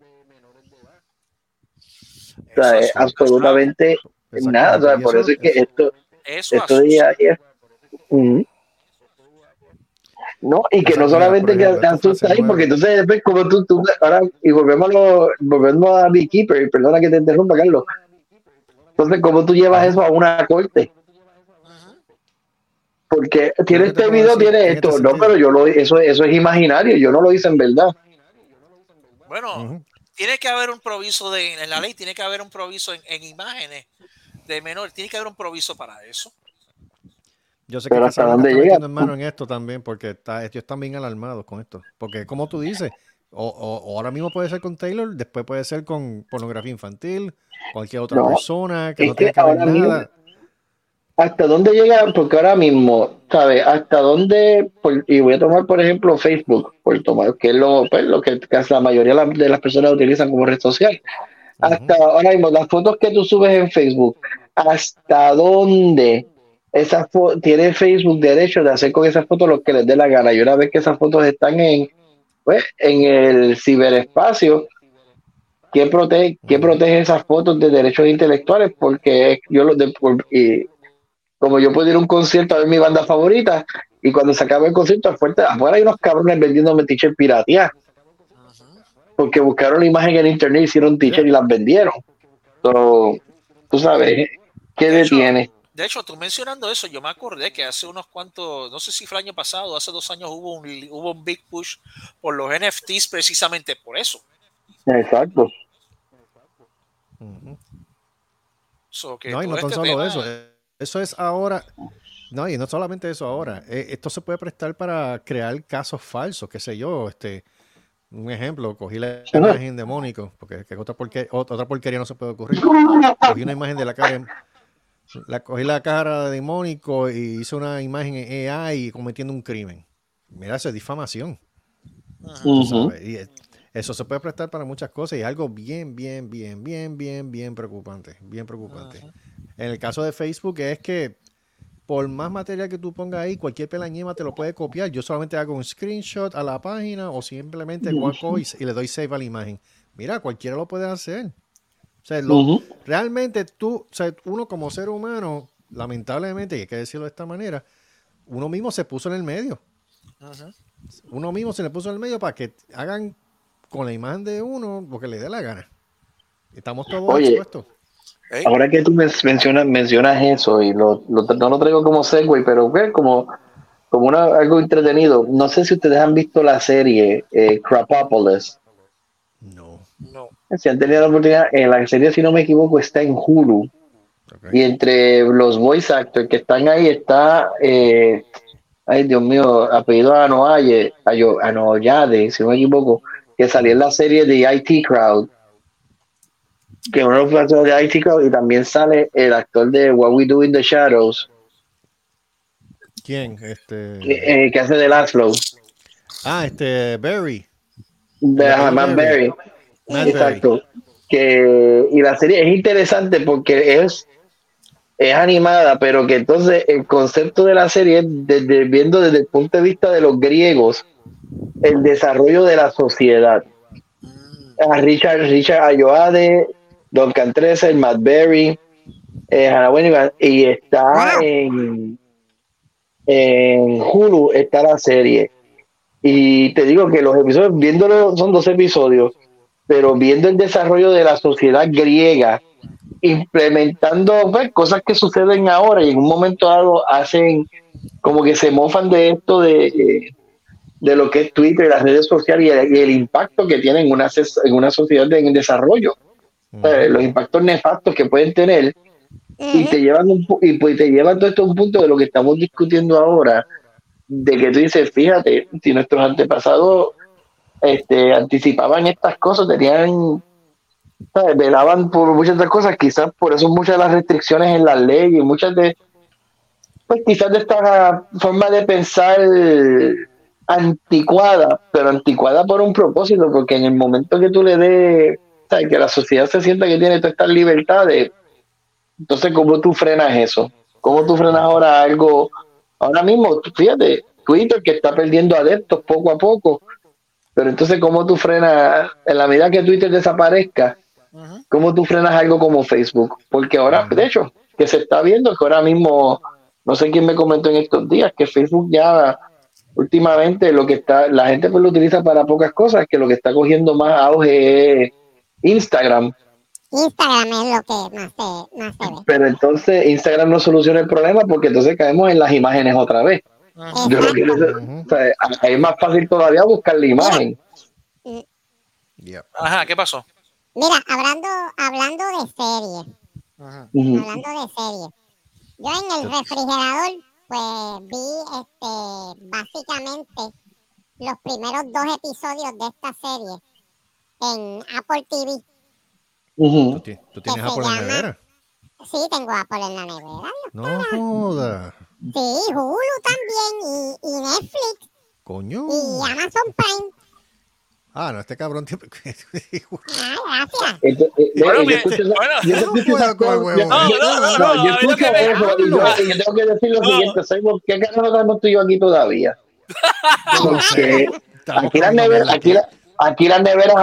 O sea, es absolutamente nada. O sea, por eso es que esto de AI es... No, y que no solamente que asusta ahí, porque entonces después como tú ahora, y volvemos a Beekeeper, y perdona que te interrumpa, Carlos. Entonces, ¿cómo tú llevas eso a una corte? Porque tiene este video, tiene esto, no, pero eso es imaginario, yo no lo hice en verdad. Bueno, tiene que haber un proviso en la ley, tiene que haber un proviso en imágenes de menor, tiene que haber un proviso para eso. Yo sé que está metiendo en mano en esto también, porque ellos están bien alarmados con esto. Porque como tú dices, o ahora mismo puede ser con Taylor, después puede ser con pornografía infantil, cualquier otra persona que no tenga que ver nada. ¿Hasta dónde llega? Porque ahora mismo, ¿sabes? ¿Hasta dónde? Y voy a tomar, por ejemplo, Facebook, por tomar, que es lo que la mayoría de las personas utilizan como red social. Hasta ahora mismo, las fotos que tú subes en Facebook, ¿hasta dónde tiene Facebook derecho de hacer con esas fotos lo que les dé la gana? Y una vez que esas fotos están en el ciberespacio, ¿quién protege esas fotos de derechos intelectuales? Porque como yo puedo ir a un concierto a ver mi banda favorita, y cuando se acaba el concierto, afuera hay unos cabrones vendiéndome t-shirts piratías, porque buscaron la imagen en internet, hicieron t-shirts y las vendieron. So, tú sabes, ¿qué detiene? De hecho, tú mencionando eso, yo me acordé que hace unos cuantos, no sé si fue el año pasado, hace 2 años hubo un big push por los NFTs precisamente por eso. Exacto. No, y no tan solo eso. Eso es ahora. No, y no solamente eso ahora. Esto se puede prestar para crear casos falsos, qué sé yo. Un ejemplo, cogí la imagen de Mónico, porque otra porquería no se puede ocurrir. Cogí una imagen de la cara. Cogí la cara de Mónico y hice una imagen en AI cometiendo un crimen. Mira, eso es difamación. Y eso se puede prestar para muchas cosas y es algo bien preocupante. Bien preocupante. En el caso de Facebook es que por más material que tú pongas ahí, cualquier pelañema te lo puede copiar. Yo solamente hago un screenshot a la página o simplemente cojo y le doy save a la imagen. Mira, cualquiera lo puede hacer. O sea, realmente uno como ser humano, lamentablemente, y hay que decirlo de esta manera, uno mismo se puso en el medio. Uno mismo se le puso en el medio para que hagan con la imagen de uno lo que le dé la gana. Estamos todos expuestos. Ahora que tú mencionas eso, y no lo traigo como segue, pero como algo entretenido. No sé si ustedes han visto la serie Crapopolis. No. Si han tenido la oportunidad, la serie, si no me equivoco, está en Hulu. Y entre los voice actors que están ahí está, ay Dios mío, apellido Anoyade, si no me equivoco, que salió en la serie de IT Crowd. que uno de los personajes de IT Crowd, y también sale el actor de What We Do in the Shadows. ¿Quién? Que hace de Laszlo. Barry. Matt Berry. Exacto. Y la serie es interesante porque es animada, pero que entonces el concepto de la serie es viendo desde el punto de vista de los griegos el desarrollo de la sociedad. Richard Ayoade, Duncan Trussell, Matt Berry, Hannah Wenigan, y está en Hulu está la serie. Y te digo que los episodios, viéndolo, son 2 episodios, pero viendo el desarrollo de la sociedad griega, implementando pues, cosas que suceden ahora y en un momento dado hacen como que se mofan de esto de lo que es Twitter y las redes sociales y el impacto que tienen en una sociedad en desarrollo. Los impactos nefastos que pueden tener y te llevan te llevan todo esto a un punto de lo que estamos discutiendo ahora, de que tú dices, fíjate, si nuestros antepasados anticipaban estas cosas, velaban por muchas otras cosas, quizás por eso muchas de las restricciones en la ley y muchas de pues quizás de esta forma de pensar anticuada, pero anticuada por un propósito, porque en el momento que tú le des, ¿sabes? Que la sociedad se sienta que tiene todas estas libertades, entonces ¿cómo tú frenas eso? ¿Cómo tú frenas ahora algo? Ahora mismo, fíjate, Twitter que está perdiendo adeptos poco a poco, pero entonces ¿cómo tú frenas, en la medida que Twitter desaparezca, cómo tú frenas algo como Facebook? Porque ahora, de hecho, que se está viendo que ahora mismo, no sé quién me comentó en estos días, que Facebook ya últimamente la gente pues lo utiliza para pocas cosas, que lo que está cogiendo más auge es Instagram. Instagram es lo que más se ve. Pero entonces Instagram no soluciona el problema porque entonces caemos en las imágenes otra vez. Yo lo que, o sea, es más fácil todavía buscar la imagen. Ajá, ¿qué pasó? Mira, hablando de series. Hablando de series. Yo en el refrigerador pues vi básicamente los primeros 2 episodios de esta serie en Apple TV. ¿Tú tienes Apple en la nevera? Sí, tengo Apple en la nevera. No joda. Sí, Hulu también y Netflix. Coño. Y Amazon Prime. No, este cabrón tiene... gracias. Yo tengo que decir lo siguiente, ¿sabes por qué no estamos tú y yo aquí todavía? Porque aquí las neveras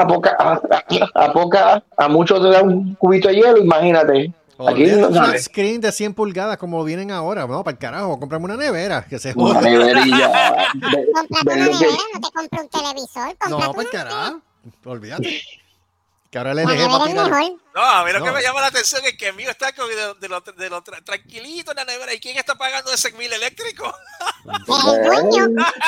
a muchos te dan un cubito de hielo, imagínate. Aquí no un screen de 100 pulgadas como vienen ahora, no, para el carajo, comprame una nevera, que se joda. Una neverilla. Comprate una nevera, no te compres un televisor. No, para el carajo, olvídate. Que ahora le dejé para tirar. No, a mí lo que me llama la atención es que el mío está de lo tranquilito en la nevera. ¿Y quién está pagando ese bill eléctrico? El dueño.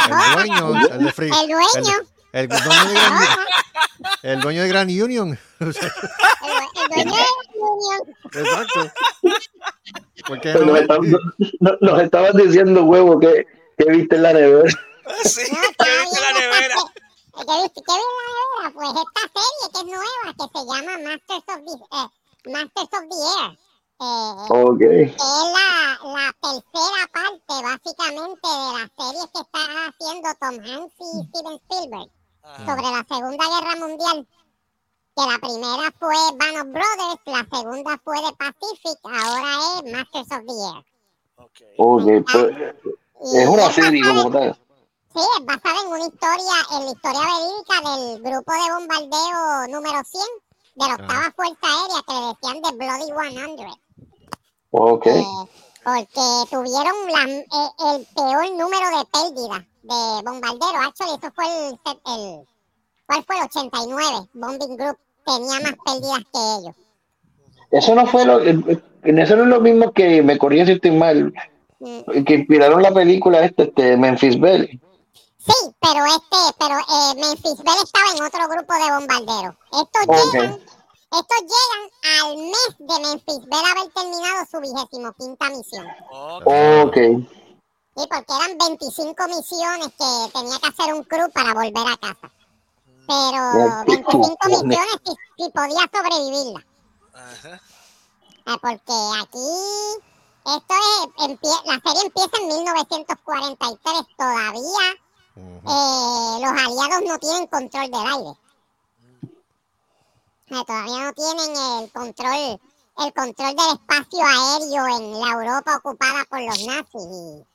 El dueño de Grand Union. El dueño de Union. Exacto. Porque nos estabas diciendo, huevo, que viste en la nevera. Sí, que viste en la nevera. ¿Qué viste en la nevera? Pues esta serie que es nueva, que se llama Masters of the Air. Okay. Es la tercera parte, básicamente, de las series que está haciendo Tom Hanks y Steven Spielberg sobre la Segunda Guerra Mundial. Que la primera fue Band of Brothers, la segunda fue The Pacific, ahora es Masters of the Air. Okay, pues, es una serie como tal. Sí, es basada en la historia verídica del grupo de bombardeo número 100 de la octava Fuerza Aérea, que le decían The Bloody 100. Okay. Porque tuvieron el peor número de pérdidas de bombarderos. Actually, eso fue ¿cuál fue? El 89. Bombing Group tenía más pérdidas que ellos. Eso no fue eso no es lo mismo que, me corrí si estoy mal, que inspiraron la película Memphis Belle. Sí, pero Memphis Belle estaba en otro grupo de bombarderos. Estos llegan al mes de Memphis Belle haber terminado su 25ª misión. Okay. Sí, porque eran 25 misiones que tenía que hacer un crew para volver a casa. Pero 25 misiones si podía sobrevivirla. Ajá. Porque aquí la serie empieza en 1943 todavía. Los aliados no tienen control del aire. Todavía no tienen el control del espacio aéreo en la Europa ocupada por los nazis.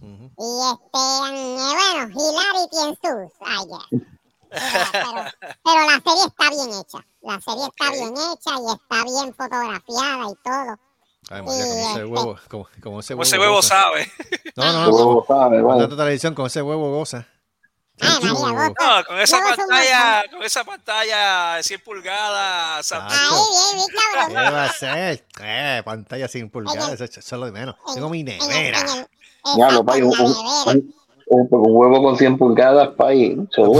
Bueno, hilarity ensues, I guess. Pero la serie está bien hecha. La serie está bien hecha y está bien fotografiada y todo. Ay, María, como ese huevo sabe. No, con tanta televisión, con ese huevo goza. Ay, María, no, con esa pantalla de 100 pulgadas. Bien, cabrón. ¿Qué va a ser? Pantalla 100 pulgadas, eso es lo de menos. Tengo mi nevera. Ya lo país, un huevo con 100 pulgadas, país. Un huevo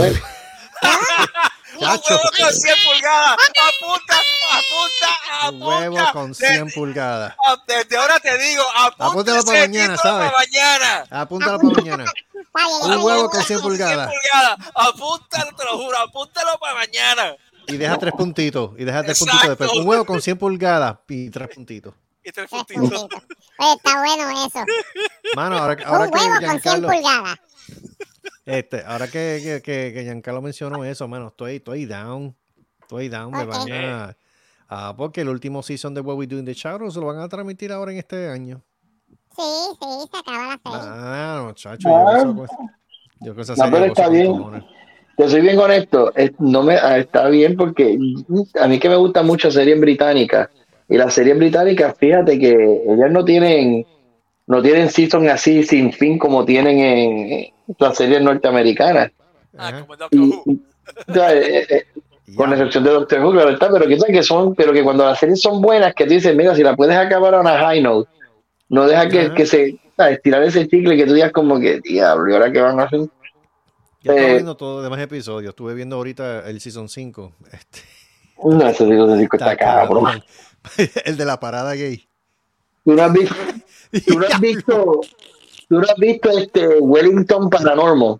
con 100 pulgadas. Apunta. Un huevo con 100 pulgadas. Desde ahora te digo, apúntalo para mañana, ¿sabes? Apúntalo para mañana. Un huevo con 100 pulgadas. Apúntalo, te lo juro, apúntalo para mañana. Y deja 3 puntitos. Después. Un huevo con 100 pulgadas y 3 puntitos. Pues está bueno eso. Mano, ahora un que huevo con 100 pulgadas. Ahora que Giancarlo mencionó eso, mano, estoy down. Me van porque el último season de What We Do in the Shadows lo van a transmitir ahora en este año. Sí, se acaba la serie. Muchacho, yo con esa serie. No, pero está bien. Te soy bien honesto, está bien porque a mí que me gusta mucho series británicas. Y las series británicas, fíjate que ellas no tienen season así sin fin como tienen en las series norteamericanas. Como Doctor Who. Con excepción de Doctor Who, claro está, pero que cuando las series son buenas, que tú dices, mira, si la puedes acabar a una high note, no deja que se estirar ese chicle que tú digas como que, diablo, ¿y ahora qué van a hacer? Yo estoy viendo todos los demás episodios, estuve viendo ahorita el season 5. No, ese season 5 está cabrón. El de la parada gay. ¿Tú no has visto Wellington Paranormal?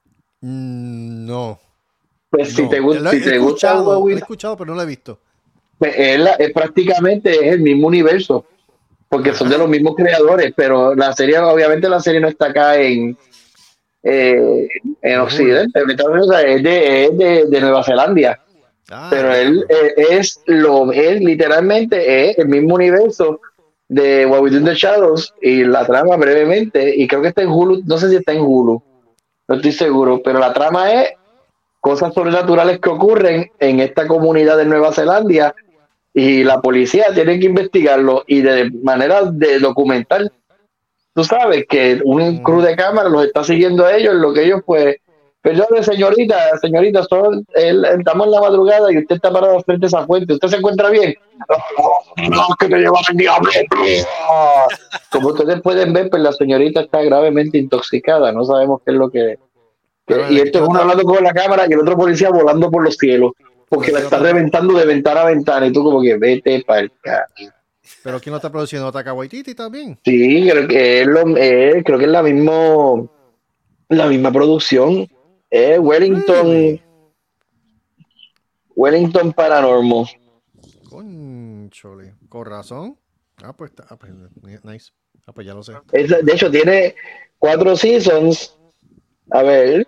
No. Pues si te gusta, lo he escuchado, pero no lo he visto. Pues es prácticamente el mismo universo, porque son de los mismos creadores, pero obviamente la serie no está acá en Occidente, es de Nueva Zelanda. Pero él literalmente es el mismo universo de What We Do in the Shadows y la trama brevemente, y creo que está en Hulu, no sé si está en Hulu, no estoy seguro, pero la trama es cosas sobrenaturales que ocurren en esta comunidad de Nueva Zelanda y la policía tiene que investigarlo y de manera de documentar, tú sabes que un crew de cámara los está siguiendo a ellos, lo que ellos pues, perdón, señorita, estamos en la madrugada y usted está parado frente a esa fuente, ¿usted se encuentra bien? No, que te lleva el diablo. Como ustedes pueden ver, pues la señorita está gravemente intoxicada, no sabemos qué es lo que y esto es uno hablando con la cámara y el otro policía volando por los cielos, porque la está reventando de ventana a ventana y tú como que vete para el carro. ¿Pero quién lo está produciendo? ¿Taika Waititi también? Sí, creo que es la misma producción. Wellington Paranormal. Conchole, con razón. Pues nice. Pues ya lo sé. De hecho, tiene 4 seasons. A ver,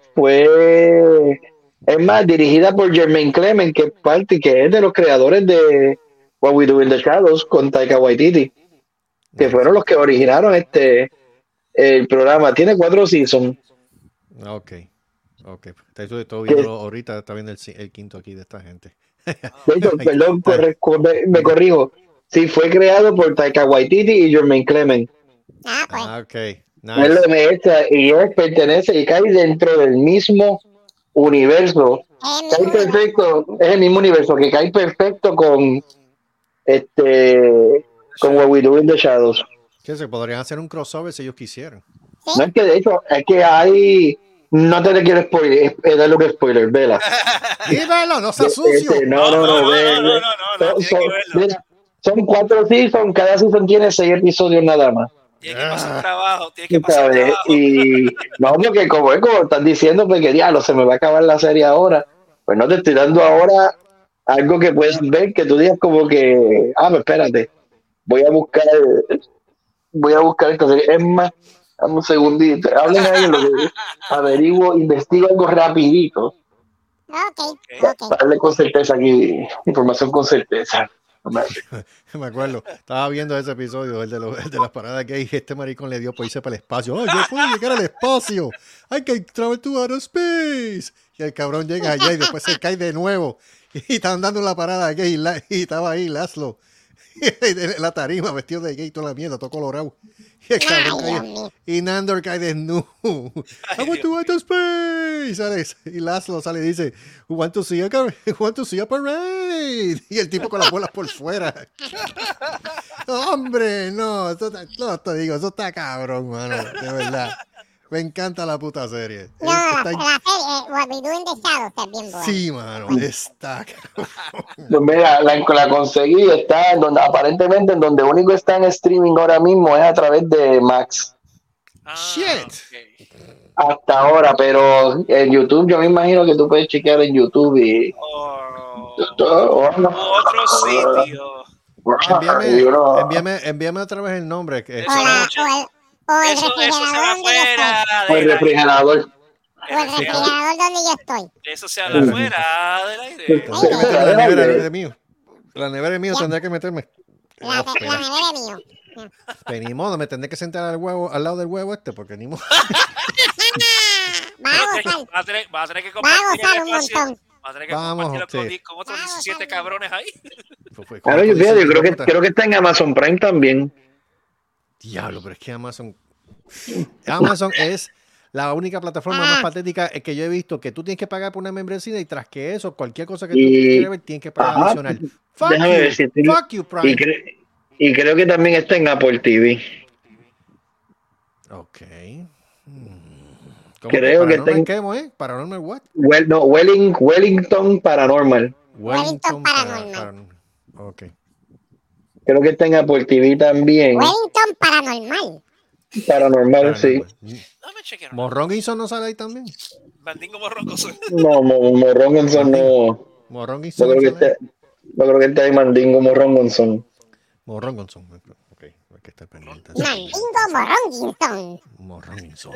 es más, dirigida por Jermaine Clement, que es de los creadores de What We Do in the Shadows con Taika Waititi, que fueron los que originaron el programa. Tiene 4 seasons. Ok. Estoy viendo ahorita, está viendo el quinto aquí de esta gente. De hecho, perdón, me corrijo. Sí, fue creado por Taika Waititi y Jermaine Clement. Ok. Nice. Y él pertenece y cae dentro del mismo universo. Cae perfecto, es el mismo universo que cae perfecto con What We Do in the Shadows. Que se podrían hacer un crossover si ellos quisieran. No es que de hecho es que hay, no te quiero spoiler, darle un spoiler, vela. Dímelo, no seas sucio. No, son 4 seasons, cada season tiene 6 episodios nada más. Tiene que pasar trabajo, trabajo. Y no, porque como están diciendo, pues que diablo, se me va a acabar la serie ahora. Pues no te estoy dando ahora algo que puedas ver, que tú digas como que, pues espérate, voy a buscar esta serie. Es más, dame un segundito, hablen ahí en lo que averiguo, investigo algo rapidito. Para darle con certeza aquí, información con certeza. Me acuerdo, estaba viendo ese episodio, el de las paradas gay, este maricón le dio por irse para el espacio. ¡Oh, yo puedo llegar al espacio! ¡I can travel to outer space! Y el cabrón llega allá y después se cae de nuevo. Y están dando la parada gay y estaba ahí Laszlo. La tarima, vestido de gay, toda la mierda, todo colorado. Y el cabrón cae, y Nandor cae desnudo. I want to outer space. Y Laszlo sale y dice, who want to see a parade? Y el tipo con las bolas por fuera. Hombre, no, te digo, eso está cabrón, mano, de verdad. Me encanta la puta serie. No, la serie, What We Do in the Shadows, está bien buena. Sí, mano, está cabrón. Pues mira, la conseguí, está en donde, aparentemente en donde único está en streaming ahora mismo es a través de Max. Shit. Okay. Hasta ahora, pero en YouTube yo me imagino que tú puedes chequear en YouTube y... Otro sitio. Envíame otra vez el nombre. O el refrigerador. O el refrigerador donde yo estoy. Eso se habla afuera del aire. La nevera es mío. La nevera es mío, tendré que meterme. La nevera es mío. Pues ni modo, me tendré que sentar al lado del huevo porque ni modo. Va a tener que compartir un montón. Va a tener que compartirlo con otros 17 cabrones ahí. Claro, yo creo que está en Amazon Prime también. Diablo, pero es que Amazon es la única plataforma más patética que yo he visto, que tú tienes que pagar por una membresía y tras que eso, cualquier cosa que tú quieras ver, tienes que pagar adicional. Fuck you, Prime. Y creo que también está en Apple TV. Ok. Creo que está en... ¿Qué, ¿Paranormal what? Wellington Paranormal. Wellington Paranormal. Ok. Creo que está en Apple TV también. Wellington Paranormal, sí. Dame chequear. ¿Morronginson no sale ahí también? Mandingo Morronginson. No, Morronginson no. Morronginson. No creo que esté ahí Mandingo Morronginson. Morronginson. Ok, aquí está el pendiente. Mandingo Morronginson.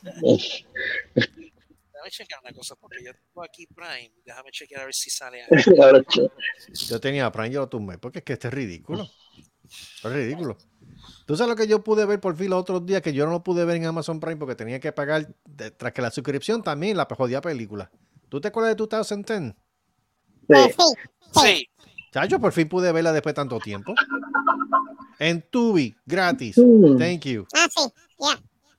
Déjame chequear una cosa, porque yo tengo aquí Prime. Déjame chequear a ver si sale algo. Yo tenía Prime, yo lo tumbé, porque es que este es ridículo. Es ridículo. ¿Tú sabes lo que yo pude ver por fin los otros días? Que yo no lo pude ver en Amazon Prime porque tenía que pagar, tras que la suscripción también la jodía película. ¿Tú te acuerdas de 2010? Sí. Chacho, por fin pude verla después de tanto tiempo. En Tubi, gratis. Thank you. Sí, ya.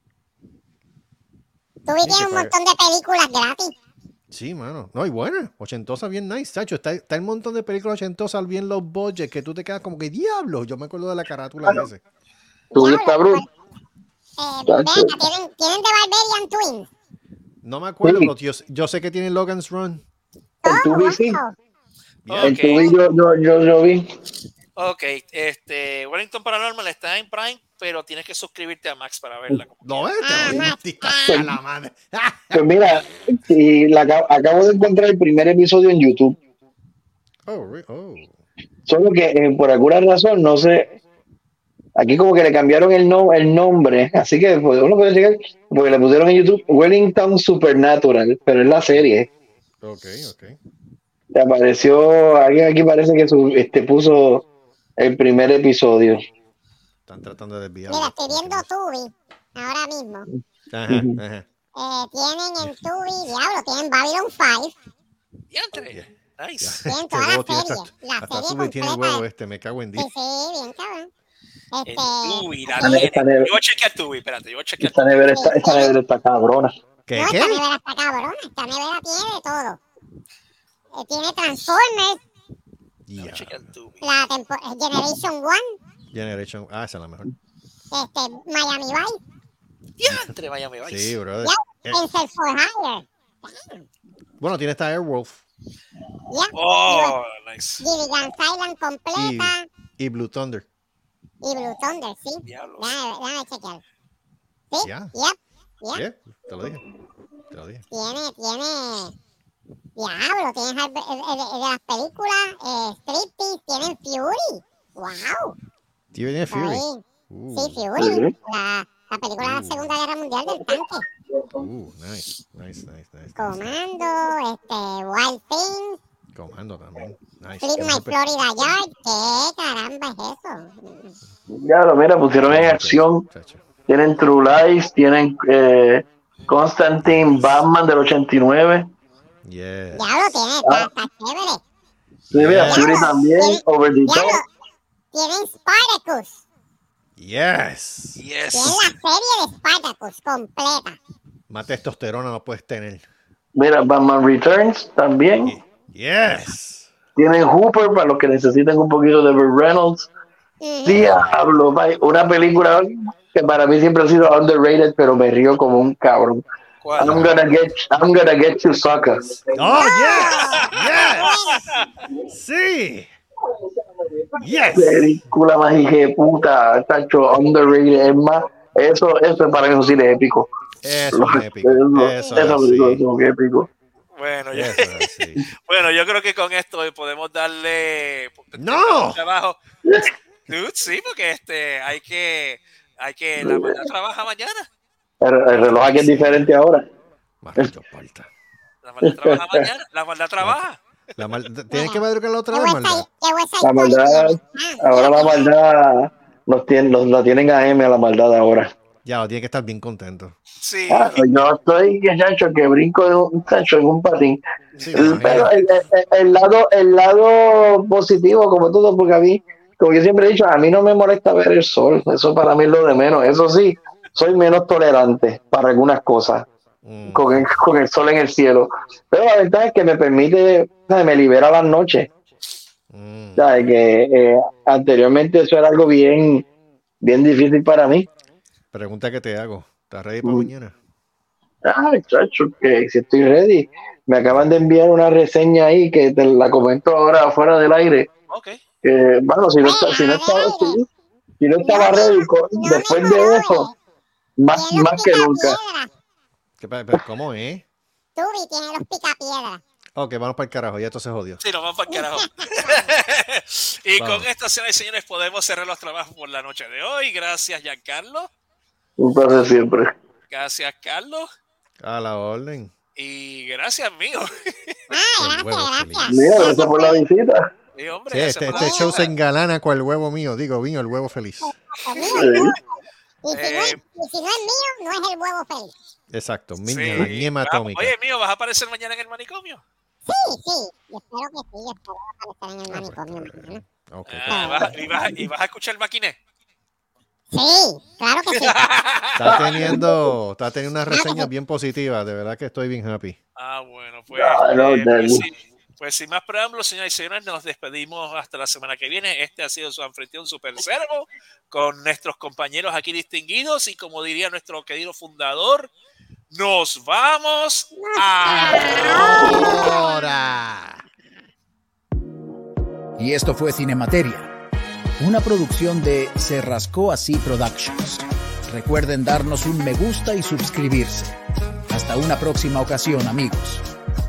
Tubi tiene un montón de películas gratis. Sí, mano. No, y bueno, ochentosa bien nice, chacho. Está el montón de películas ochentosas bien low budget que tú te quedas como que diablo. Yo me acuerdo de la carátula de ese. ¿Tú está Bruce? ¿Tienen de Barbarian Twins? No me acuerdo, pero yo sé que tienen Logan's Run. En Tubi sí. En Tubi yo vi. Ok, Wellington Paranormal está en Prime, pero tienes que suscribirte a Max para verla. No, la madre. Pues mira, acabo de encontrar el primer episodio en YouTube. Solo que por alguna razón, no sé, aquí como que le cambiaron el nombre, así que uno puede llegar, porque le pusieron en YouTube Wellington Supernatural, pero es la serie. Ok. Te apareció, alguien aquí parece que puso el primer episodio. Están tratando de desviar. Mira, estoy viendo Tubi ahora mismo. Ajá. Tienen en Tubi, diablo, tienen Babylon 5. Diantre. Nice. Tienen toda la serie. Hasta Tubi tiene el huevo me cago en 10. Sí, bien cabrón. Tubi, yo voy a chequear Tubi, espérate, Esta nevera está cabrona. ¿Qué? Esta nevera está cabrona. Esta nevera tiene de todo. Tiene Transformers. La Generation 1. Generation, esa es la mejor. Miami Vice. Diantre, Miami Vice. Sí, brother. Spencer for Hire. Bueno, tiene esta Airwolf. Oh, nice. Gilligan's Island completa. Y Blue Thunder. Sí. Diablos. Déjame chequear. Sí, Ya. Yep. Te lo dije. Tiene Diablo, tienes de las películas Striptease, tienen Fury. Wow. ¿Tiene Fury? Sí, Fury. La película de la Segunda Guerra Mundial del tanque. Nice. Comando, Wild Things. Comando también. Nice. Flip My Florida Yard. ¿Qué caramba es eso? Ya lo mira, pusieron en acción. Tienen True Lies, tienen Constantine, Batman del 89. Yeah. Ya lo tiene, está chévere. Sí, mira, Fury también, Over the Top. Tienen Spartacus. Yes. Tienen la serie de Spartacus completa. Más testosterona no puedes tener. Mira, Batman Returns también. Yes. Tienen Hooper para los que necesiten un poquito de Burt Reynolds. Diablo, una película que para mí siempre ha sido underrated, pero me río como un cabrón. ¿Cuál? I'm gonna get you, sucker. Oh, yes. Sí. Yes. Película más hija de puta, tacho, underrated, es más, eso para mí es épico. Eso es épico. Eso es épico. Bueno, bueno, yo creo que con esto podemos darle trabajo. Dude, sí, porque hay que la maldad trabaja mañana. El reloj aquí es diferente ahora. La maldad trabaja mañana. La maldad trabaja. Tienes que madrugar la otra vez, maldad. La maldad, ahora la maldad la tienen a M a la maldad ahora. Ya, tiene que estar bien contento. Sí. Yo estoy que brinco en un patín. Sí, pero el lado positivo, como todo, porque a mí, como yo siempre he dicho, a mí no me molesta ver el sol. Eso para mí es lo de menos. Eso sí, soy menos tolerante para algunas cosas con el sol en el cielo. Pero la verdad es que me permite, me libera las noches. ¿Sabes? Que anteriormente eso era algo bien difícil para mí. Pregunta que te hago. ¿Estás ready para mañana? Chacho, que si estoy ready. Me acaban de enviar una reseña ahí que te la comento ahora fuera del aire. Okay. Que, bueno, si no estaba ready, después de eso, más que nunca. ¿Cómo es? Tubi tiene los picapiedras. Ok, vamos para el carajo, ya esto se jodió. Sí, nos vamos para el carajo. Y con esto, señoras y señores, podemos cerrar los trabajos por la noche de hoy. Gracias, Giancarlo. Un placer siempre. Gracias, Carlos. A la orden. Y gracias, mío. Gracias. Mira, gracias por la visita. Sí, hombre, este show se engalana con el huevo mío. Digo, vino el huevo feliz. Y si no es mío, no es el huevo feliz. Exacto, ñema atómica. Oye, mío, ¿vas a aparecer mañana en el manicomio? Sí. Yo espero que sí. Espero aparecer en el manicomio mañana. Okay. ¿Y vas a escuchar el maquiné? Sí, claro que sí. Está teniendo unas reseñas bien positivas. De verdad que estoy bien happy. Bueno, pues sin más preámbulos, señoras y señores, nos despedimos hasta la semana que viene. Este ha sido su anfitrión Super Servo con nuestros compañeros aquí distinguidos y como diría nuestro querido fundador, nos vamos ahora. Y esto fue Cinemateria, una producción de Se Rascó Así Productions. Recuerden darnos un me gusta y suscribirse. Hasta una próxima ocasión, amigos.